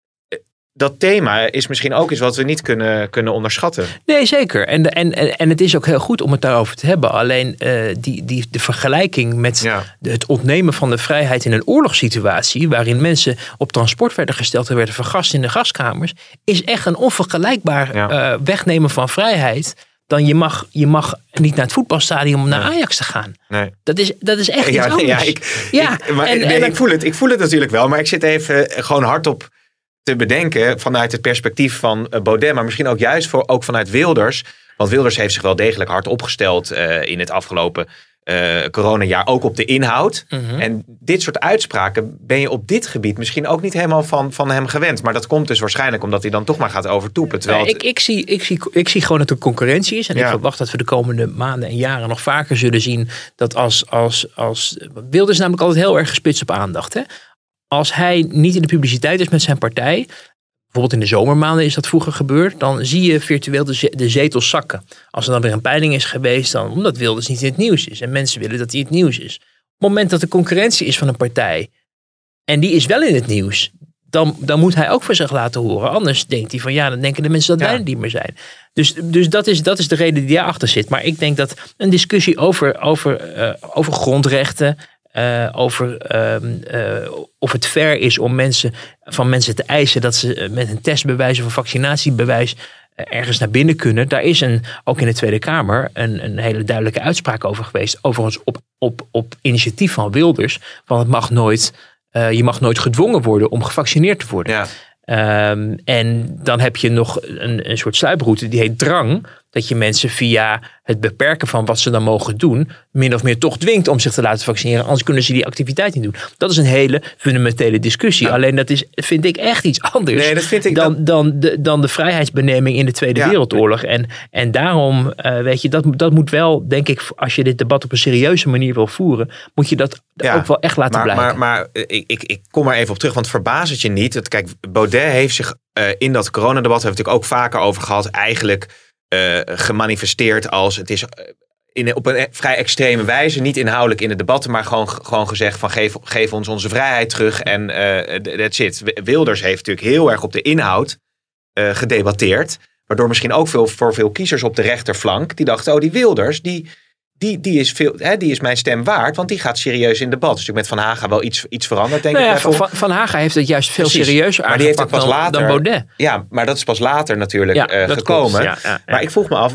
Dat thema is misschien ook iets wat we niet kunnen, kunnen onderschatten. Nee, zeker. En, en, en het is ook heel goed om het daarover te hebben. Alleen uh, die, die, de vergelijking met ja. de, het ontnemen van de vrijheid in een oorlogssituatie, waarin mensen op transport werden gesteld en werden vergast in de gaskamers, is echt een onvergelijkbaar ja. uh, wegnemen van vrijheid. Dan je mag, je mag niet naar het voetbalstadion om naar nee. Ajax te gaan. Nee. Dat, is, dat is echt ja, iets nee, anders. Ja, ik, ja, ik, maar, en, nee, en, ik, voel het, ik voel het natuurlijk wel, maar ik zit even gewoon hardop te bedenken vanuit het perspectief van Baudet, maar misschien ook juist voor, ook vanuit Wilders. Want Wilders heeft zich wel degelijk hard opgesteld uh, in het afgelopen uh, coronajaar, ook op de inhoud. Mm-hmm. En dit soort uitspraken ben je op dit gebied misschien ook niet helemaal van, van hem gewend. Maar dat komt dus waarschijnlijk omdat hij dan toch maar gaat overtoepen. Terwijl nee, het... ik, ik, zie, ik, zie, ik zie gewoon dat er concurrentie is. En ja. ik verwacht dat we de komende maanden en jaren nog vaker zullen zien dat als, als, als Wilders is namelijk altijd heel erg gespitst op aandacht, hè. Als hij niet in de publiciteit is met zijn partij, bijvoorbeeld in de zomermaanden is dat vroeger gebeurd, dan zie je virtueel de, de zetels zakken. Als er dan weer een peiling is geweest, dan omdat Wilders niet in het nieuws is. En mensen willen dat hij het nieuws is. Op het moment dat er concurrentie is van een partij, en die is wel in het nieuws, dan, dan moet hij ook voor zich laten horen. Anders denkt hij van ja, dan denken de mensen dat ja. wij het niet meer zijn. Dus, dus dat, is, dat is de reden die daarachter zit. Maar ik denk dat een discussie over, over, uh, over grondrechten, Uh, over uh, uh, of het fair is om mensen, van mensen te eisen dat ze uh, met een testbewijs of een vaccinatiebewijs uh, ergens naar binnen kunnen. Daar is een, ook in de Tweede Kamer een, een hele duidelijke uitspraak over geweest. Overigens op, op, op initiatief van Wilders. Want het mag nooit, uh, je mag nooit gedwongen worden om gevaccineerd te worden. Ja. Um, en dan heb je nog een, een soort sluiproute die heet drang. Dat je mensen via het beperken van wat ze dan mogen doen, min of meer toch dwingt om zich te laten vaccineren. Anders kunnen ze die activiteit niet doen. Dat is een hele fundamentele discussie. Ja. Alleen dat is, vind ik echt iets anders nee, dat vind ik dan, dat... dan, de, dan de vrijheidsbeneming in de Tweede ja. Wereldoorlog. En, en daarom, uh, weet je, dat, dat moet wel, denk ik, als je dit debat op een serieuze manier wil voeren, moet je dat ja. ook wel echt laten maar, blijken. Maar, maar ik, ik, ik kom maar even op terug, want verbaast het je niet? Dat, kijk, Baudet heeft zich uh, in dat coronadebat, hebben we het natuurlijk ook vaker over gehad, eigenlijk Uh, gemanifesteerd als het is in, op een vrij extreme wijze, niet inhoudelijk in de debatten, maar gewoon, gewoon gezegd van geef, geef ons onze vrijheid terug en uh, that's it. Wilders heeft natuurlijk heel erg op de inhoud uh, gedebatteerd, waardoor misschien ook veel, voor veel kiezers op de rechterflank, die dachten, oh die Wilders, die, die, die, is, veel, hè, die is mijn stem waard, want die gaat serieus in debat. Dus natuurlijk met Van Haga wel iets, iets veranderd, denk nou ja, ik. Van, van, van Haga heeft het juist veel Precies. serieuzer maar die heeft het pas dan, later, dan Baudet. Ja, maar dat is pas later natuurlijk ja, uh, gekomen. Klopt, ja, ja, ja. Maar ik vroeg me af,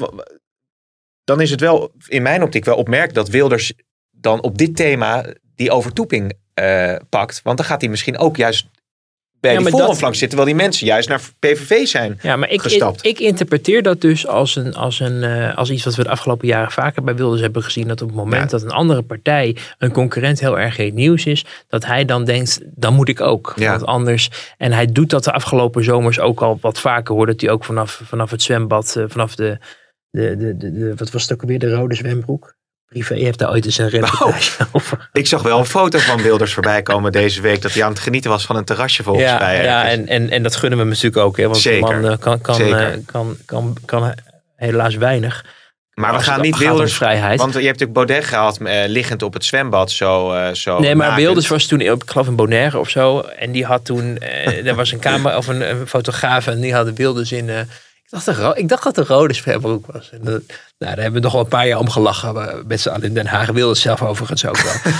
dan is het wel in mijn optiek wel opmerkelijk dat Wilders dan op dit thema die overtoeping uh, pakt. Want dan gaat hij misschien ook juist bij ja, die Forumflank zitten, terwijl die mensen juist naar P V V zijn ja, maar ik, gestapt. Ik, ik interpreteer dat dus als, een, als, een, uh, als iets wat we de afgelopen jaren vaker bij Wilders hebben gezien. Dat op het moment ja. dat een andere partij, een concurrent, heel erg in het nieuws is, dat hij dan denkt, dan moet ik ook. Ja. Want anders. En hij doet dat de afgelopen zomers ook al wat vaker, hoor. Dat hij ook vanaf, vanaf het zwembad, uh, vanaf de, de, de, de, de, wat was het ook alweer, de rode zwembroek. Privé heeft daar ooit eens een reportage oh, over. Ik zag wel een foto van Wilders voorbij komen deze week, dat hij aan het genieten was van een terrasje volgens ja, mij. Ja, en, en, en dat gunnen we hem natuurlijk ook. Hè, want Zeker. de man uh, kan, kan, uh, kan, kan, kan helaas weinig. Maar we gaan niet Wilders, vrijheid. Want je hebt natuurlijk Baudet gehad, uh, liggend op het zwembad. Zo, uh, zo nee, maar nakend. Wilders was toen, ik geloof in Bonaire of zo. En die had toen, uh, er was een camera of een, een fotograaf en die hadden Wilders in... Uh, Ik dacht, ro- ik dacht dat het een rode zwembroek was. En dat, nou, daar hebben we nog wel een paar jaar om gelachen. Met z'n allen in Den Haag. Wilders zelf overigens ook wel.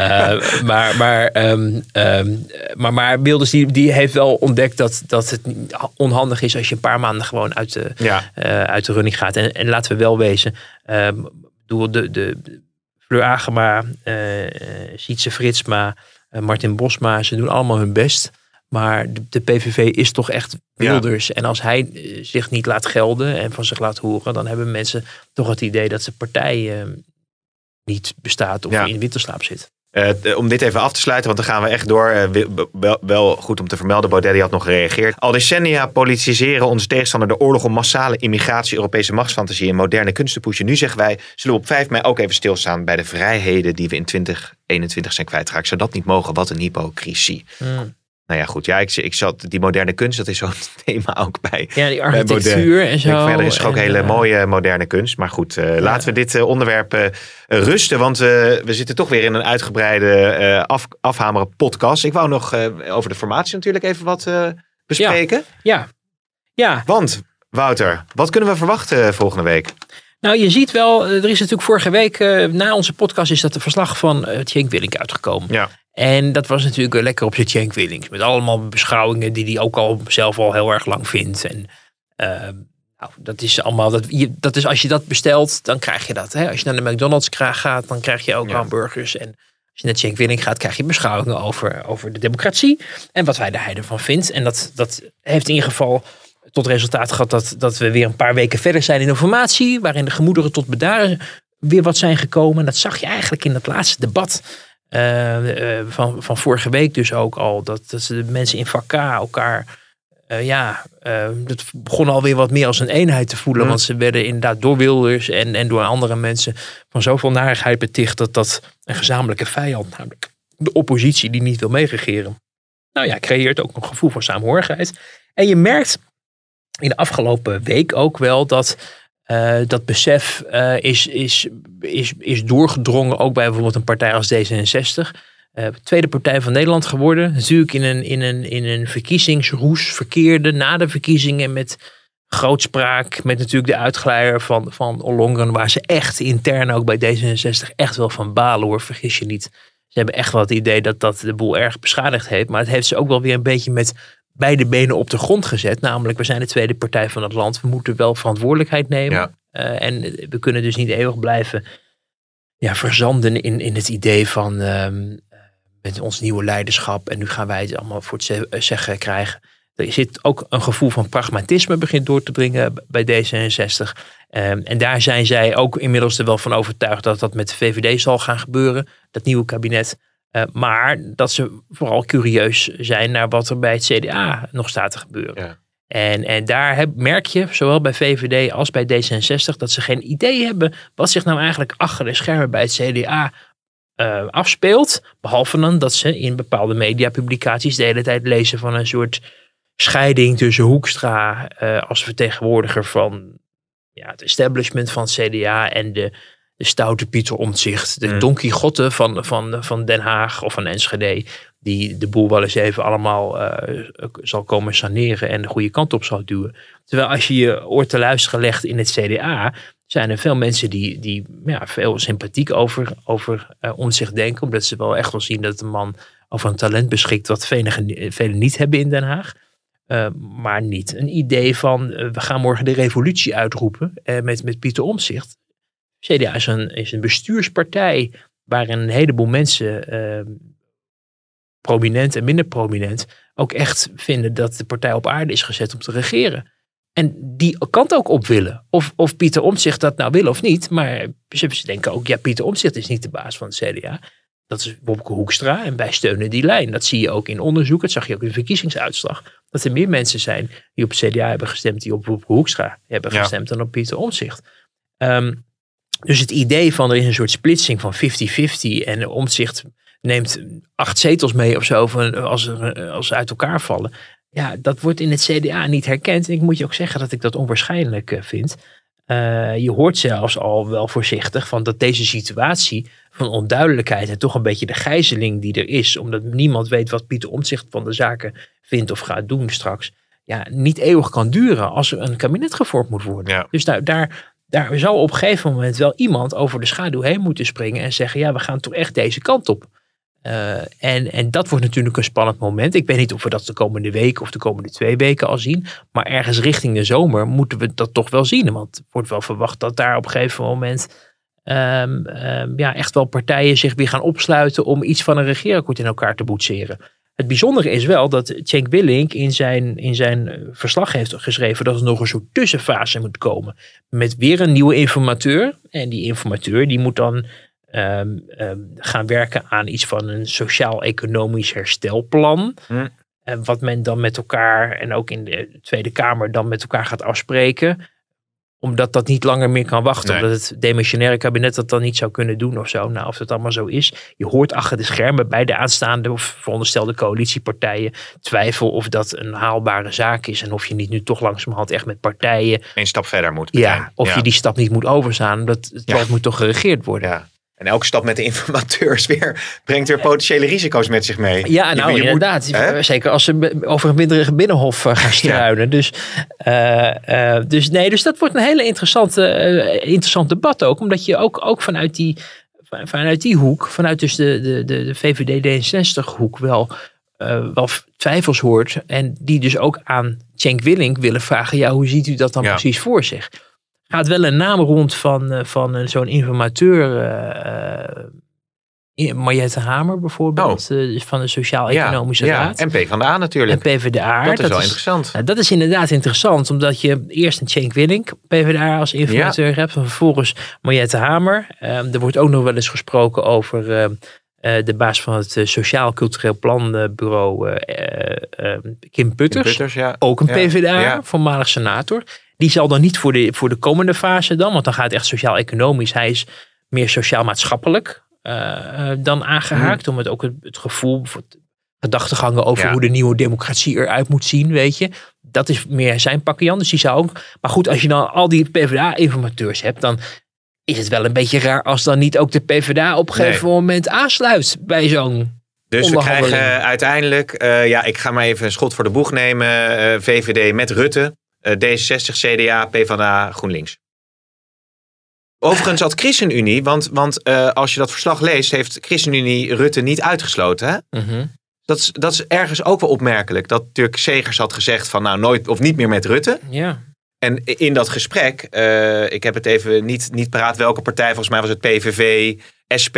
uh, maar, maar, um, um, maar, maar Wilders die, die heeft wel ontdekt dat, dat het onhandig is als je een paar maanden gewoon uit de, ja. uh, uit de running gaat. En, en laten we wel wezen. Um, door de, de, de Fleur Agema, uh, Sietse Fritsma, uh, Martin Bosma. Ze doen allemaal hun best. Maar de, de P V V is toch echt Wilders. Ja. En als hij uh, zich niet laat gelden en van zich laat horen, dan hebben mensen toch het idee dat zijn partij uh, niet bestaat of ja. in winterslaap zit. Uh, om dit even af te sluiten, want dan gaan we echt door. Uh, wel, wel goed om te vermelden, Baudet die had nog gereageerd. Al decennia politiseren onze tegenstander de oorlog om massale immigratie, Europese machtsfantasie en moderne kunsten pushen. Nu zeggen wij, zullen we op vijf mei ook even stilstaan bij de vrijheden die we in twintig eenentwintig zijn kwijtgeraakt. Zou dat niet mogen? Wat een hypocrisie. Hmm. Nou ja, goed. Ja, ik, ik zat, die moderne kunst, dat is zo'n thema ook bij. Ja, die architectuur en zo. Verder is er ook en, hele uh, mooie mooie moderne kunst. Maar goed, uh, ja. laten we dit uh, onderwerp uh, rusten. Want uh, we zitten toch weer in een uitgebreide uh, af, afhameren podcast. Ik wou nog uh, over de formatie natuurlijk even wat uh, bespreken. Ja. ja. Want, Wouter, wat kunnen we verwachten volgende week? Nou, je ziet wel, er is natuurlijk vorige week, uh, na onze podcast, is dat de verslag van uh, Cenk Willink uitgekomen. Ja. En dat was natuurlijk uh, lekker op zijn Cenk Willink. Met allemaal beschouwingen die hij ook al zelf al heel erg lang vindt. En uh, nou, dat is allemaal, dat, je, dat is als je dat bestelt, dan krijg je dat. Hè? Als je naar de McDonald's gaat, dan krijg je ook ja. hamburgers. En als je naar Cenk Willink gaat, krijg je beschouwingen over, over de democratie. En wat wij daar ervan vindt. En dat, dat heeft in ieder geval tot resultaat gehad dat, dat we weer een paar weken verder zijn in de formatie. Waarin de gemoederen tot bedaren weer wat zijn gekomen. Dat zag je eigenlijk in het laatste debat uh, uh, van, van vorige week dus ook al. Dat, dat de mensen in vak K elkaar, uh, ja, uh, dat begon alweer wat meer als een eenheid te voelen. Mm. Want ze werden inderdaad door Wilders en, en door andere mensen van zoveel narigheid beticht. Dat dat een gezamenlijke vijand, namelijk de oppositie die niet wil meeregeren. Nou ja, creëert ook een gevoel van saamhorigheid. En je merkt in de afgelopen week ook wel dat uh, dat besef uh, is, is, is, is doorgedrongen. Ook bij bijvoorbeeld een partij als D zesenzestig. Uh, tweede partij van Nederland geworden. Natuurlijk in een, in een, in een verkiezingsroes verkeerde na de verkiezingen met grootspraak. Met natuurlijk de uitglijder van, van Ollongren. Waar ze echt intern ook bij D zesenzestig echt wel van balen hoor. Vergis je niet. Ze hebben echt wel het idee dat dat de boel erg beschadigd heeft. Maar het heeft ze ook wel weer een beetje met beide benen op de grond gezet. Namelijk, we zijn de tweede partij van het land. We moeten wel verantwoordelijkheid nemen. Ja. Uh, en we kunnen dus niet eeuwig blijven ja, verzanden in, in het idee van um, met ons nieuwe leiderschap. En nu gaan wij het allemaal voor het zeggen krijgen. Er zit ook een gevoel van pragmatisme begint door te dringen bij D zesenzestig. Um, en daar zijn zij ook inmiddels er wel van overtuigd dat dat met de V V D zal gaan gebeuren. Dat nieuwe kabinet. Uh, maar dat ze vooral curieus zijn naar wat er bij het C D A nog staat te gebeuren. Ja. En, en daar heb, merk je, zowel bij V V D als bij D zesenzestig, dat ze geen idee hebben wat zich nou eigenlijk achter de schermen bij het C D A uh, afspeelt. Behalve dan dat ze in bepaalde mediapublicaties de hele tijd lezen van een soort scheiding tussen Hoekstra uh, als vertegenwoordiger van ja, het establishment van het C D A en de De stoute Pieter Omtzigt. De mm. Don Quixote van, van, van Den Haag of van Enschede. Die de boel wel eens even allemaal uh, zal komen saneren. En de goede kant op zal duwen. Terwijl als je je oor te luisteren legt in het C D A. Zijn er veel mensen die, die ja, veel sympathiek over, over uh, Omtzigt denken. Omdat ze wel echt wel zien dat de man over een talent beschikt. Wat velen, velen niet hebben in Den Haag. Uh, maar niet een idee van uh, we gaan morgen de revolutie uitroepen. Uh, met, met Pieter Omtzigt. C D A is een, is een bestuurspartij waarin een heleboel mensen, uh, prominent en minder prominent, ook echt vinden dat de partij op aarde is gezet om te regeren. En die kan het ook op willen. Of, of Pieter Omtzigt dat nou wil of niet. Maar ze denken ook, ja, Pieter Omtzigt is niet de baas van het C D A. Dat is Wopke Hoekstra en wij steunen die lijn. Dat zie je ook in onderzoek. Dat zag je ook in de verkiezingsuitslag. Dat er meer mensen zijn die op het C D A hebben gestemd, die op Wopke Hoekstra hebben gestemd ja. dan op Pieter Omtzigt. Um, Dus het idee van er is een soort splitsing van vijftig vijftig en Omtzigt neemt acht zetels mee of zo als, als ze uit elkaar vallen. Ja, dat wordt in het C D A niet herkend. En ik moet je ook zeggen dat ik dat onwaarschijnlijk vind. Uh, je hoort zelfs al wel voorzichtig van dat deze situatie van onduidelijkheid en toch een beetje de gijzeling die er is, omdat niemand weet wat Pieter Omtzigt van de zaken vindt of gaat doen straks, ja, niet eeuwig kan duren als er een kabinet gevormd moet worden. Ja. Dus daar, daar Daar zal op een gegeven moment wel iemand over de schaduw heen moeten springen en zeggen, ja, we gaan toch echt deze kant op. Uh, en, en dat wordt natuurlijk een spannend moment. Ik weet niet of we dat de komende week of de komende twee weken al zien. Maar ergens richting de zomer moeten we dat toch wel zien. Want het wordt wel verwacht dat daar op een gegeven moment um, um, ja, echt wel partijen zich weer gaan opsluiten om iets van een regeerakkoord in elkaar te boetseren. Het bijzondere is wel dat Cenk Willink in zijn, in zijn verslag heeft geschreven dat er nog een soort tussenfase moet komen. Met weer een nieuwe informateur. En die informateur die moet dan um, um, gaan werken aan iets van een sociaal-economisch herstelplan. Hm. En wat men dan met elkaar en ook in de Tweede Kamer dan met elkaar gaat afspreken. omdat dat niet langer meer kan wachten. Nee. Omdat het demissionaire kabinet dat dan niet zou kunnen doen of zo. Nou, of dat allemaal zo is. Je hoort achter de schermen bij de aanstaande of veronderstelde coalitiepartijen twijfel of dat een haalbare zaak is. En of je niet nu toch langzamerhand echt met partijen... Eén stap verder moet. Ja, of ja. je die stap niet moet overstaan. Dat het Ja. land moet toch geregeerd worden. Ja. En elke stap met de informateurs weer brengt weer potentiële risico's met zich mee. Ja, nou Je- je moet- inderdaad. hè? Zeker als ze be- over een winderige binnenhof uh, gaan struinen. Ja. Dus, uh, uh, dus nee, dus dat wordt een hele interessante, uh, interessant debat ook. Omdat je ook, ook vanuit, die, vanuit die hoek, vanuit dus de, de, de, de V V D D zesenzestig hoek wel, uh, wel twijfels hoort. En die dus ook aan Cenk Willink willen vragen. Ja, hoe ziet u dat dan Ja. precies voor zich? Gaat wel een naam rond van, uh, van uh, zo'n informateur... Uh, Mariette Hamer bijvoorbeeld, oh. uh, van de Sociaal-Economische ja, Raad. Ja, en PvdA natuurlijk. En PvdA. Dat is dat wel is, interessant. Nou, dat is inderdaad interessant, omdat je eerst een Cenk Willink, PvdA als informateur ja. hebt. En vervolgens Mariette Hamer. Um, er wordt ook nog wel eens gesproken over uh, uh, de baas van het uh, Sociaal Cultureel Planbureau, uh, uh, uh, Kim Putters. Kim Putters ja. Ook een ja. PvdA, ja. voormalig senator. Die zal dan niet voor de, voor de komende fase dan, want dan gaat het echt sociaal-economisch. Hij is meer sociaal-maatschappelijk uh, uh, dan aangehaakt. Hmm. Om het ook het, het gevoel, het gedachtegangen over ja. hoe de nieuwe democratie eruit moet zien, weet je. Dat is meer zijn pakje aan. Dus die zou ook. Maar goed, als je dan al die PvdA-informateurs hebt, dan is het wel een beetje raar als dan niet ook de PvdA op een gegeven nee. moment aansluit bij zo'n. Dus we krijgen uiteindelijk, uh, ja, ik ga maar even een schot voor de boeg nemen. Uh, V V D met Rutte. D zesenzestig, C D A, PvdA, GroenLinks. Overigens had ChristenUnie, want, want uh, als je dat verslag leest, heeft ChristenUnie Rutte niet uitgesloten. Hè? Mm-hmm. Dat, is, dat is ergens ook wel opmerkelijk. Dat Dirk Segers had gezegd van nou nooit of niet meer met Rutte. Ja. En in dat gesprek, uh, ik heb het even niet, niet paraat welke partij, volgens mij was het P V V, S P,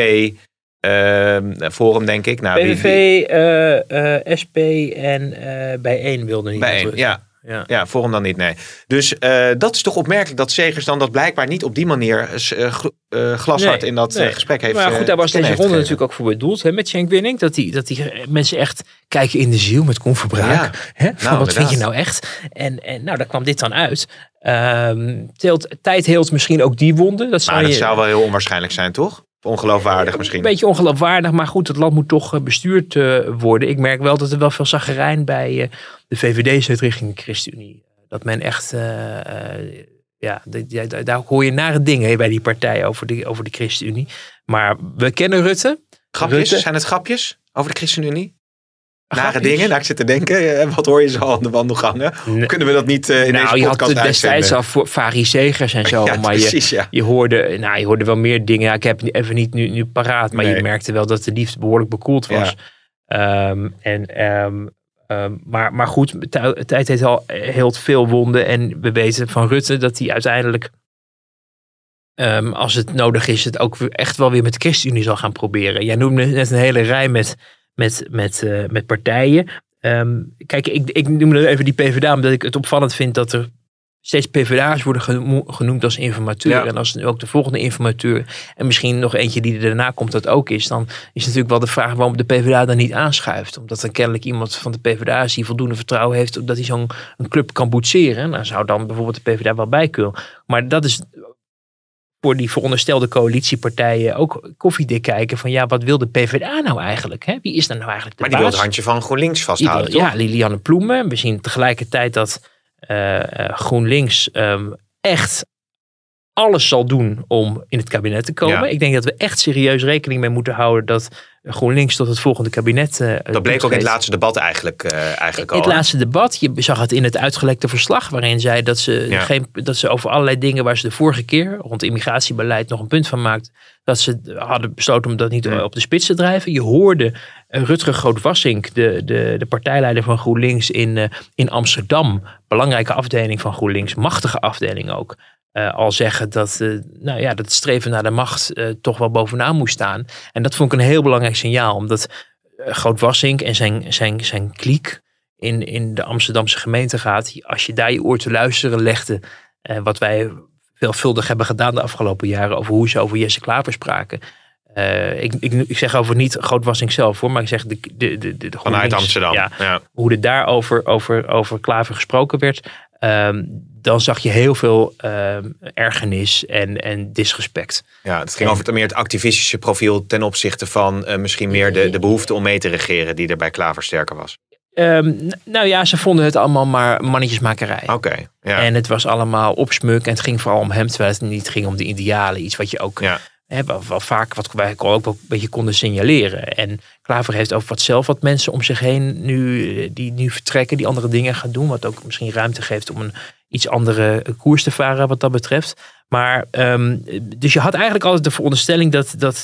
uh, Forum denk ik. Nou, P V V, wie, wie? Uh, uh, S P en uh, Bijeen wilde niet. Bijeen, ja. Ja. ja, Forum dan niet, nee. Dus uh, dat is toch opmerkelijk dat Segers dan dat blijkbaar niet op die manier uh, uh, glashard nee, in dat nee. uh, gesprek heeft. Maar goed, daar was deze ronde gegeven. natuurlijk ook voor bedoeld, hè, met Cenk Willink. Dat die, dat die mensen echt kijken in de ziel met Koen Verbraak. Ja. Hè, van, nou, wat inderdaad. vind je nou echt? En, en nou, daar kwam dit dan uit. Um, teelt, tijd heelt misschien ook die wonden. Dat zou, maar dat je, zou wel heel onwaarschijnlijk zijn, toch? Ongeloofwaardig misschien. Een beetje ongeloofwaardig, maar goed, het land moet toch bestuurd uh, worden. Ik merk wel dat er wel veel zagrijn bij uh, de V V D zit richting de ChristenUnie. Dat men echt, uh, uh, ja, d- d- daar hoor je nare dingen bij die partij over de, over de ChristenUnie. Maar we kennen Rutte. Grapjes? Rutte. Zijn het grapjes over de ChristenUnie? Nare dingen? Nou, ik zit te denken, wat hoor je zo aan de wandelgangen? Nee. Kunnen we dat niet uh, in nou, deze podcast je had destijds al voor Farisegers en zo. Ja, maar precies, je, ja. je, hoorde, nou, je hoorde wel meer dingen. Ja, ik heb even niet nu, nu paraat. Maar nee. je merkte wel dat de liefde behoorlijk bekoeld was. Ja. Um, en, um, um, maar, maar goed, de tijd heeft al heel veel wonden. En we weten van Rutte dat hij uiteindelijk, um, als het nodig is, het ook echt wel weer met de ChristenUnie zal gaan proberen. Jij noemde net een hele rij met... Met, met, uh, met partijen. Um, kijk, ik, ik noem even die PvdA, omdat ik het opvallend vind dat er steeds PvdA's worden genoemd als informateur. Ja. En als nu ook de volgende informateur en misschien nog eentje die er daarna komt dat ook is, dan is natuurlijk wel de vraag waarom de PvdA dan niet aanschuift. Omdat dan kennelijk iemand van de PvdA is die voldoende vertrouwen heeft dat hij zo'n een club kan boetseren. Nou zou dan bijvoorbeeld de PvdA wel bij kunnen. Maar dat is voor die veronderstelde coalitiepartijen ook koffiedik kijken van ja, wat wil de PvdA nou eigenlijk? Hè? Wie is dan nou eigenlijk de maar die baas? wil het handje van GroenLinks vasthouden, wil, toch? Ja, Lilianne Ploemen. We zien tegelijkertijd dat uh, uh, GroenLinks um, echt alles zal doen om in het kabinet te komen. Ja. Ik denk dat we echt serieus rekening mee moeten houden dat GroenLinks tot het volgende kabinet... Uh, dat bleek ook in het laatste debat eigenlijk, uh, eigenlijk in al. Het laatste debat, je zag het in het uitgelekte verslag waarin zei dat ze, ja. geen, dat ze over allerlei dingen waar ze de vorige keer rond immigratiebeleid nog een punt van maakte, dat ze hadden besloten om dat niet ja. op de spits te drijven. Je hoorde uh, Rutger Groot-Wassink, de, de, de partijleider van GroenLinks in, uh, in Amsterdam, belangrijke afdeling van GroenLinks, machtige afdeling ook, Uh, al zeggen dat, uh, nou ja, dat het streven naar de macht uh, toch wel bovenaan moest staan. En dat vond ik een heel belangrijk signaal. Omdat uh, Groot-Wassink en zijn, zijn, zijn kliek in, in de Amsterdamse gemeenteraad, als je daar je oor te luisteren legde, uh, wat wij veelvuldig hebben gedaan de afgelopen jaren over hoe ze over Jesse Klaver spraken. Uh, ik, ik, ik zeg over niet Groot-Wassink zelf hoor, maar ik zeg de, de, de, de, de vanuit Amsterdam. Ja, ja. Hoe er daarover over, over Klaver gesproken werd. Um, dan zag je heel veel uh, ergernis en, en disrespect. Ja, het ging en, over het, meer het activistische profiel ten opzichte van uh, misschien meer de, de behoefte om mee te regeren die er bij Klaver sterker was. Um, nou ja, ze vonden het allemaal maar mannetjesmakerij. Oké. Okay, ja. En het was allemaal opsmuk en het ging vooral om hem, terwijl het niet ging om de idealen. Iets wat je ook ja. hè, wel, wel vaak, wat wij ook wel een beetje konden signaleren. En Klaver heeft ook wat zelf wat mensen om zich heen nu, die nu vertrekken, die andere dingen gaan doen. Wat ook misschien ruimte geeft om een iets andere koers te varen wat dat betreft. Maar, um, dus je had eigenlijk altijd de veronderstelling dat, dat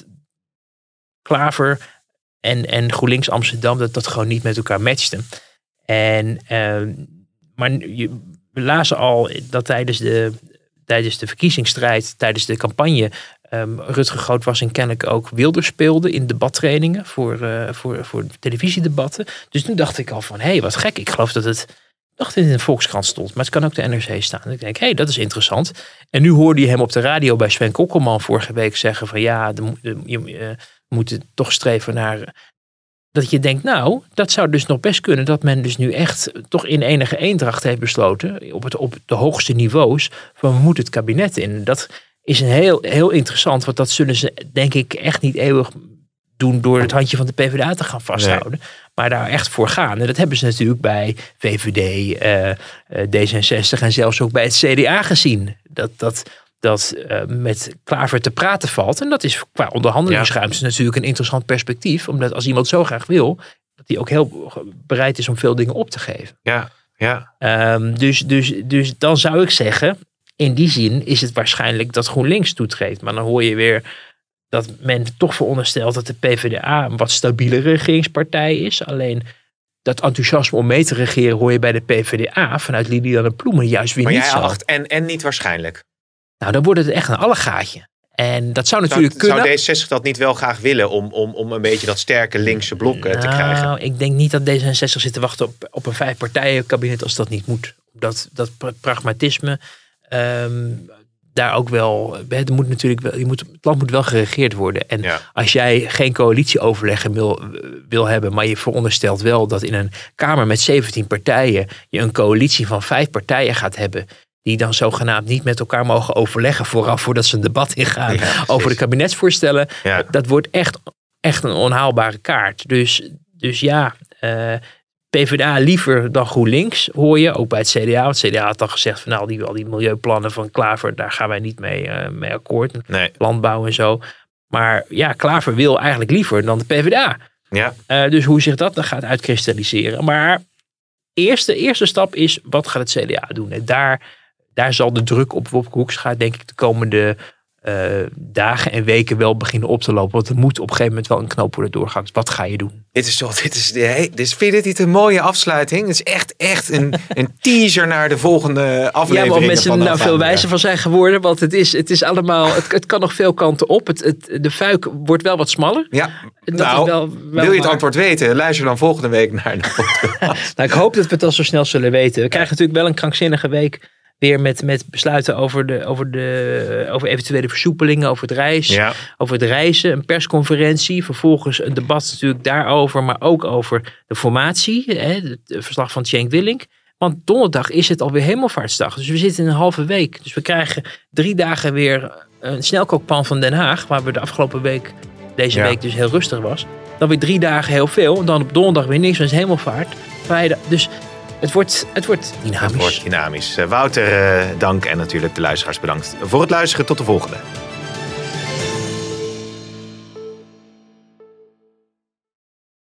Klaver en, en GroenLinks Amsterdam, dat dat gewoon niet met elkaar matchten. En, uh, maar je, we lazen al dat tijdens de, tijdens de verkiezingsstrijd, tijdens de campagne, um, Rutger Grootwassink kennelijk ook Wilders speelde in debattrainingen voor, uh, voor, voor televisiedebatten. Dus toen dacht ik al van, hé, hey, wat gek. Ik geloof dat het, dacht het in de Volkskrant stond, maar het kan ook de N R C staan. En ik denk, hé, hey, dat is interessant. En nu hoorde je hem op de radio bij Sven Kokkelman vorige week zeggen van, ja, de, de, je uh, moet toch streven naar, dat je denkt, nou, dat zou dus nog best kunnen, dat men dus nu echt toch in enige eendracht heeft besloten, op, het, op de hoogste niveaus, van we moeten het kabinet in. Dat is een heel, heel interessant, want dat zullen ze denk ik echt niet eeuwig doen door het handje van de P v d A te gaan vasthouden. Nee. Maar daar echt voor gaan. En dat hebben ze natuurlijk bij V V D, uh, uh, D zesenzestig en zelfs ook bij het C D A gezien. Dat dat, dat uh, met Klaver te praten valt. En dat is qua onderhandelingsruimte ja. natuurlijk een interessant perspectief. Omdat als iemand zo graag wil, dat hij ook heel bereid is om veel dingen op te geven. Ja, ja. Um, dus, dus, dus dan zou ik zeggen, in die zin is het waarschijnlijk dat GroenLinks toetreedt. Maar dan hoor je weer dat men toch veronderstelt dat de P v d A een wat stabielere regeringspartij is. Alleen dat enthousiasme om mee te regeren hoor je bij de P v d A vanuit Lilianne Ploemen juist weer maar niet jij zo. Acht, en, en niet waarschijnlijk. Nou, dan wordt het echt een allegaatje. En dat zou natuurlijk zou, kunnen. Zou D zesenzestig dat niet wel graag willen om, om, om een beetje dat sterke linkse blok nou, te krijgen? Nou, ik denk niet dat D zesenzestig zit te wachten op, op een vijfpartijen kabinet als dat niet moet. Dat, dat pragmatisme Um, daar ook wel, het moet natuurlijk wel, je moet, het land moet wel geregeerd worden. En ja. als jij geen coalitieoverleg wil, wil hebben, maar je veronderstelt wel dat in een Kamer met zeventien partijen je een coalitie van vijf partijen gaat hebben, die dan zogenaamd niet met elkaar mogen overleggen vooraf voordat ze een debat ingaan ja, over de kabinetsvoorstellen. Ja. Dat wordt echt, echt een onhaalbare kaart. Dus, dus ja, uh, P v d A liever dan GroenLinks, hoor je. Ook bij het C D A. Want het C D A had al gezegd van nou, die, al die milieuplannen van Klaver, daar gaan wij niet mee, uh, mee akkoord. Nee. Landbouw en zo. Maar ja, Klaver wil eigenlijk liever dan de P v d A. Ja. Uh, dus hoe zich dat dan gaat uitkristalliseren. Maar eerste, eerste stap is, wat gaat het C D A doen? En daar, daar zal de druk op Wopke Hoekstra denk ik de komende Uh, dagen en weken wel beginnen op te lopen. Want er moet op een gegeven moment wel een knoop worden doorgehakt. Wat ga je doen? Dit is toch, dit is, dit is, vind je dit niet een mooie afsluiting? Het is echt, echt een, een teaser naar de volgende aflevering. Ja, maar mensen er nou veel wijzer van zijn geworden. Want het is, het is allemaal, het, het kan nog veel kanten op. Het, het, de fuik wordt wel wat smaller. Ja, dat nou, is wel, wel wil je het antwoord weten? Luister dan volgende week naar de podcast. Nou, ik hoop dat we het al zo snel zullen weten. We krijgen natuurlijk wel een krankzinnige week. Weer met, met besluiten over, de, over, de, over eventuele versoepelingen, over het, reis, ja. over het reizen, een persconferentie. Vervolgens een debat natuurlijk daarover, maar ook over de formatie. Hè, het verslag van Cenk Willink. Want donderdag is het alweer Hemelvaartsdag. Dus we zitten in een halve week. Dus we krijgen drie dagen weer een snelkookpan van Den Haag. Waar we de afgelopen week, deze ja. week dus heel rustig was. Dan weer drie dagen heel veel. En dan op donderdag weer niks, dan is Hemelvaart. Vrijdag, dus Het wordt, het wordt dynamisch. Het wordt dynamisch. Wouter, uh, dank en natuurlijk de luisteraars bedankt voor het luisteren. Tot de volgende.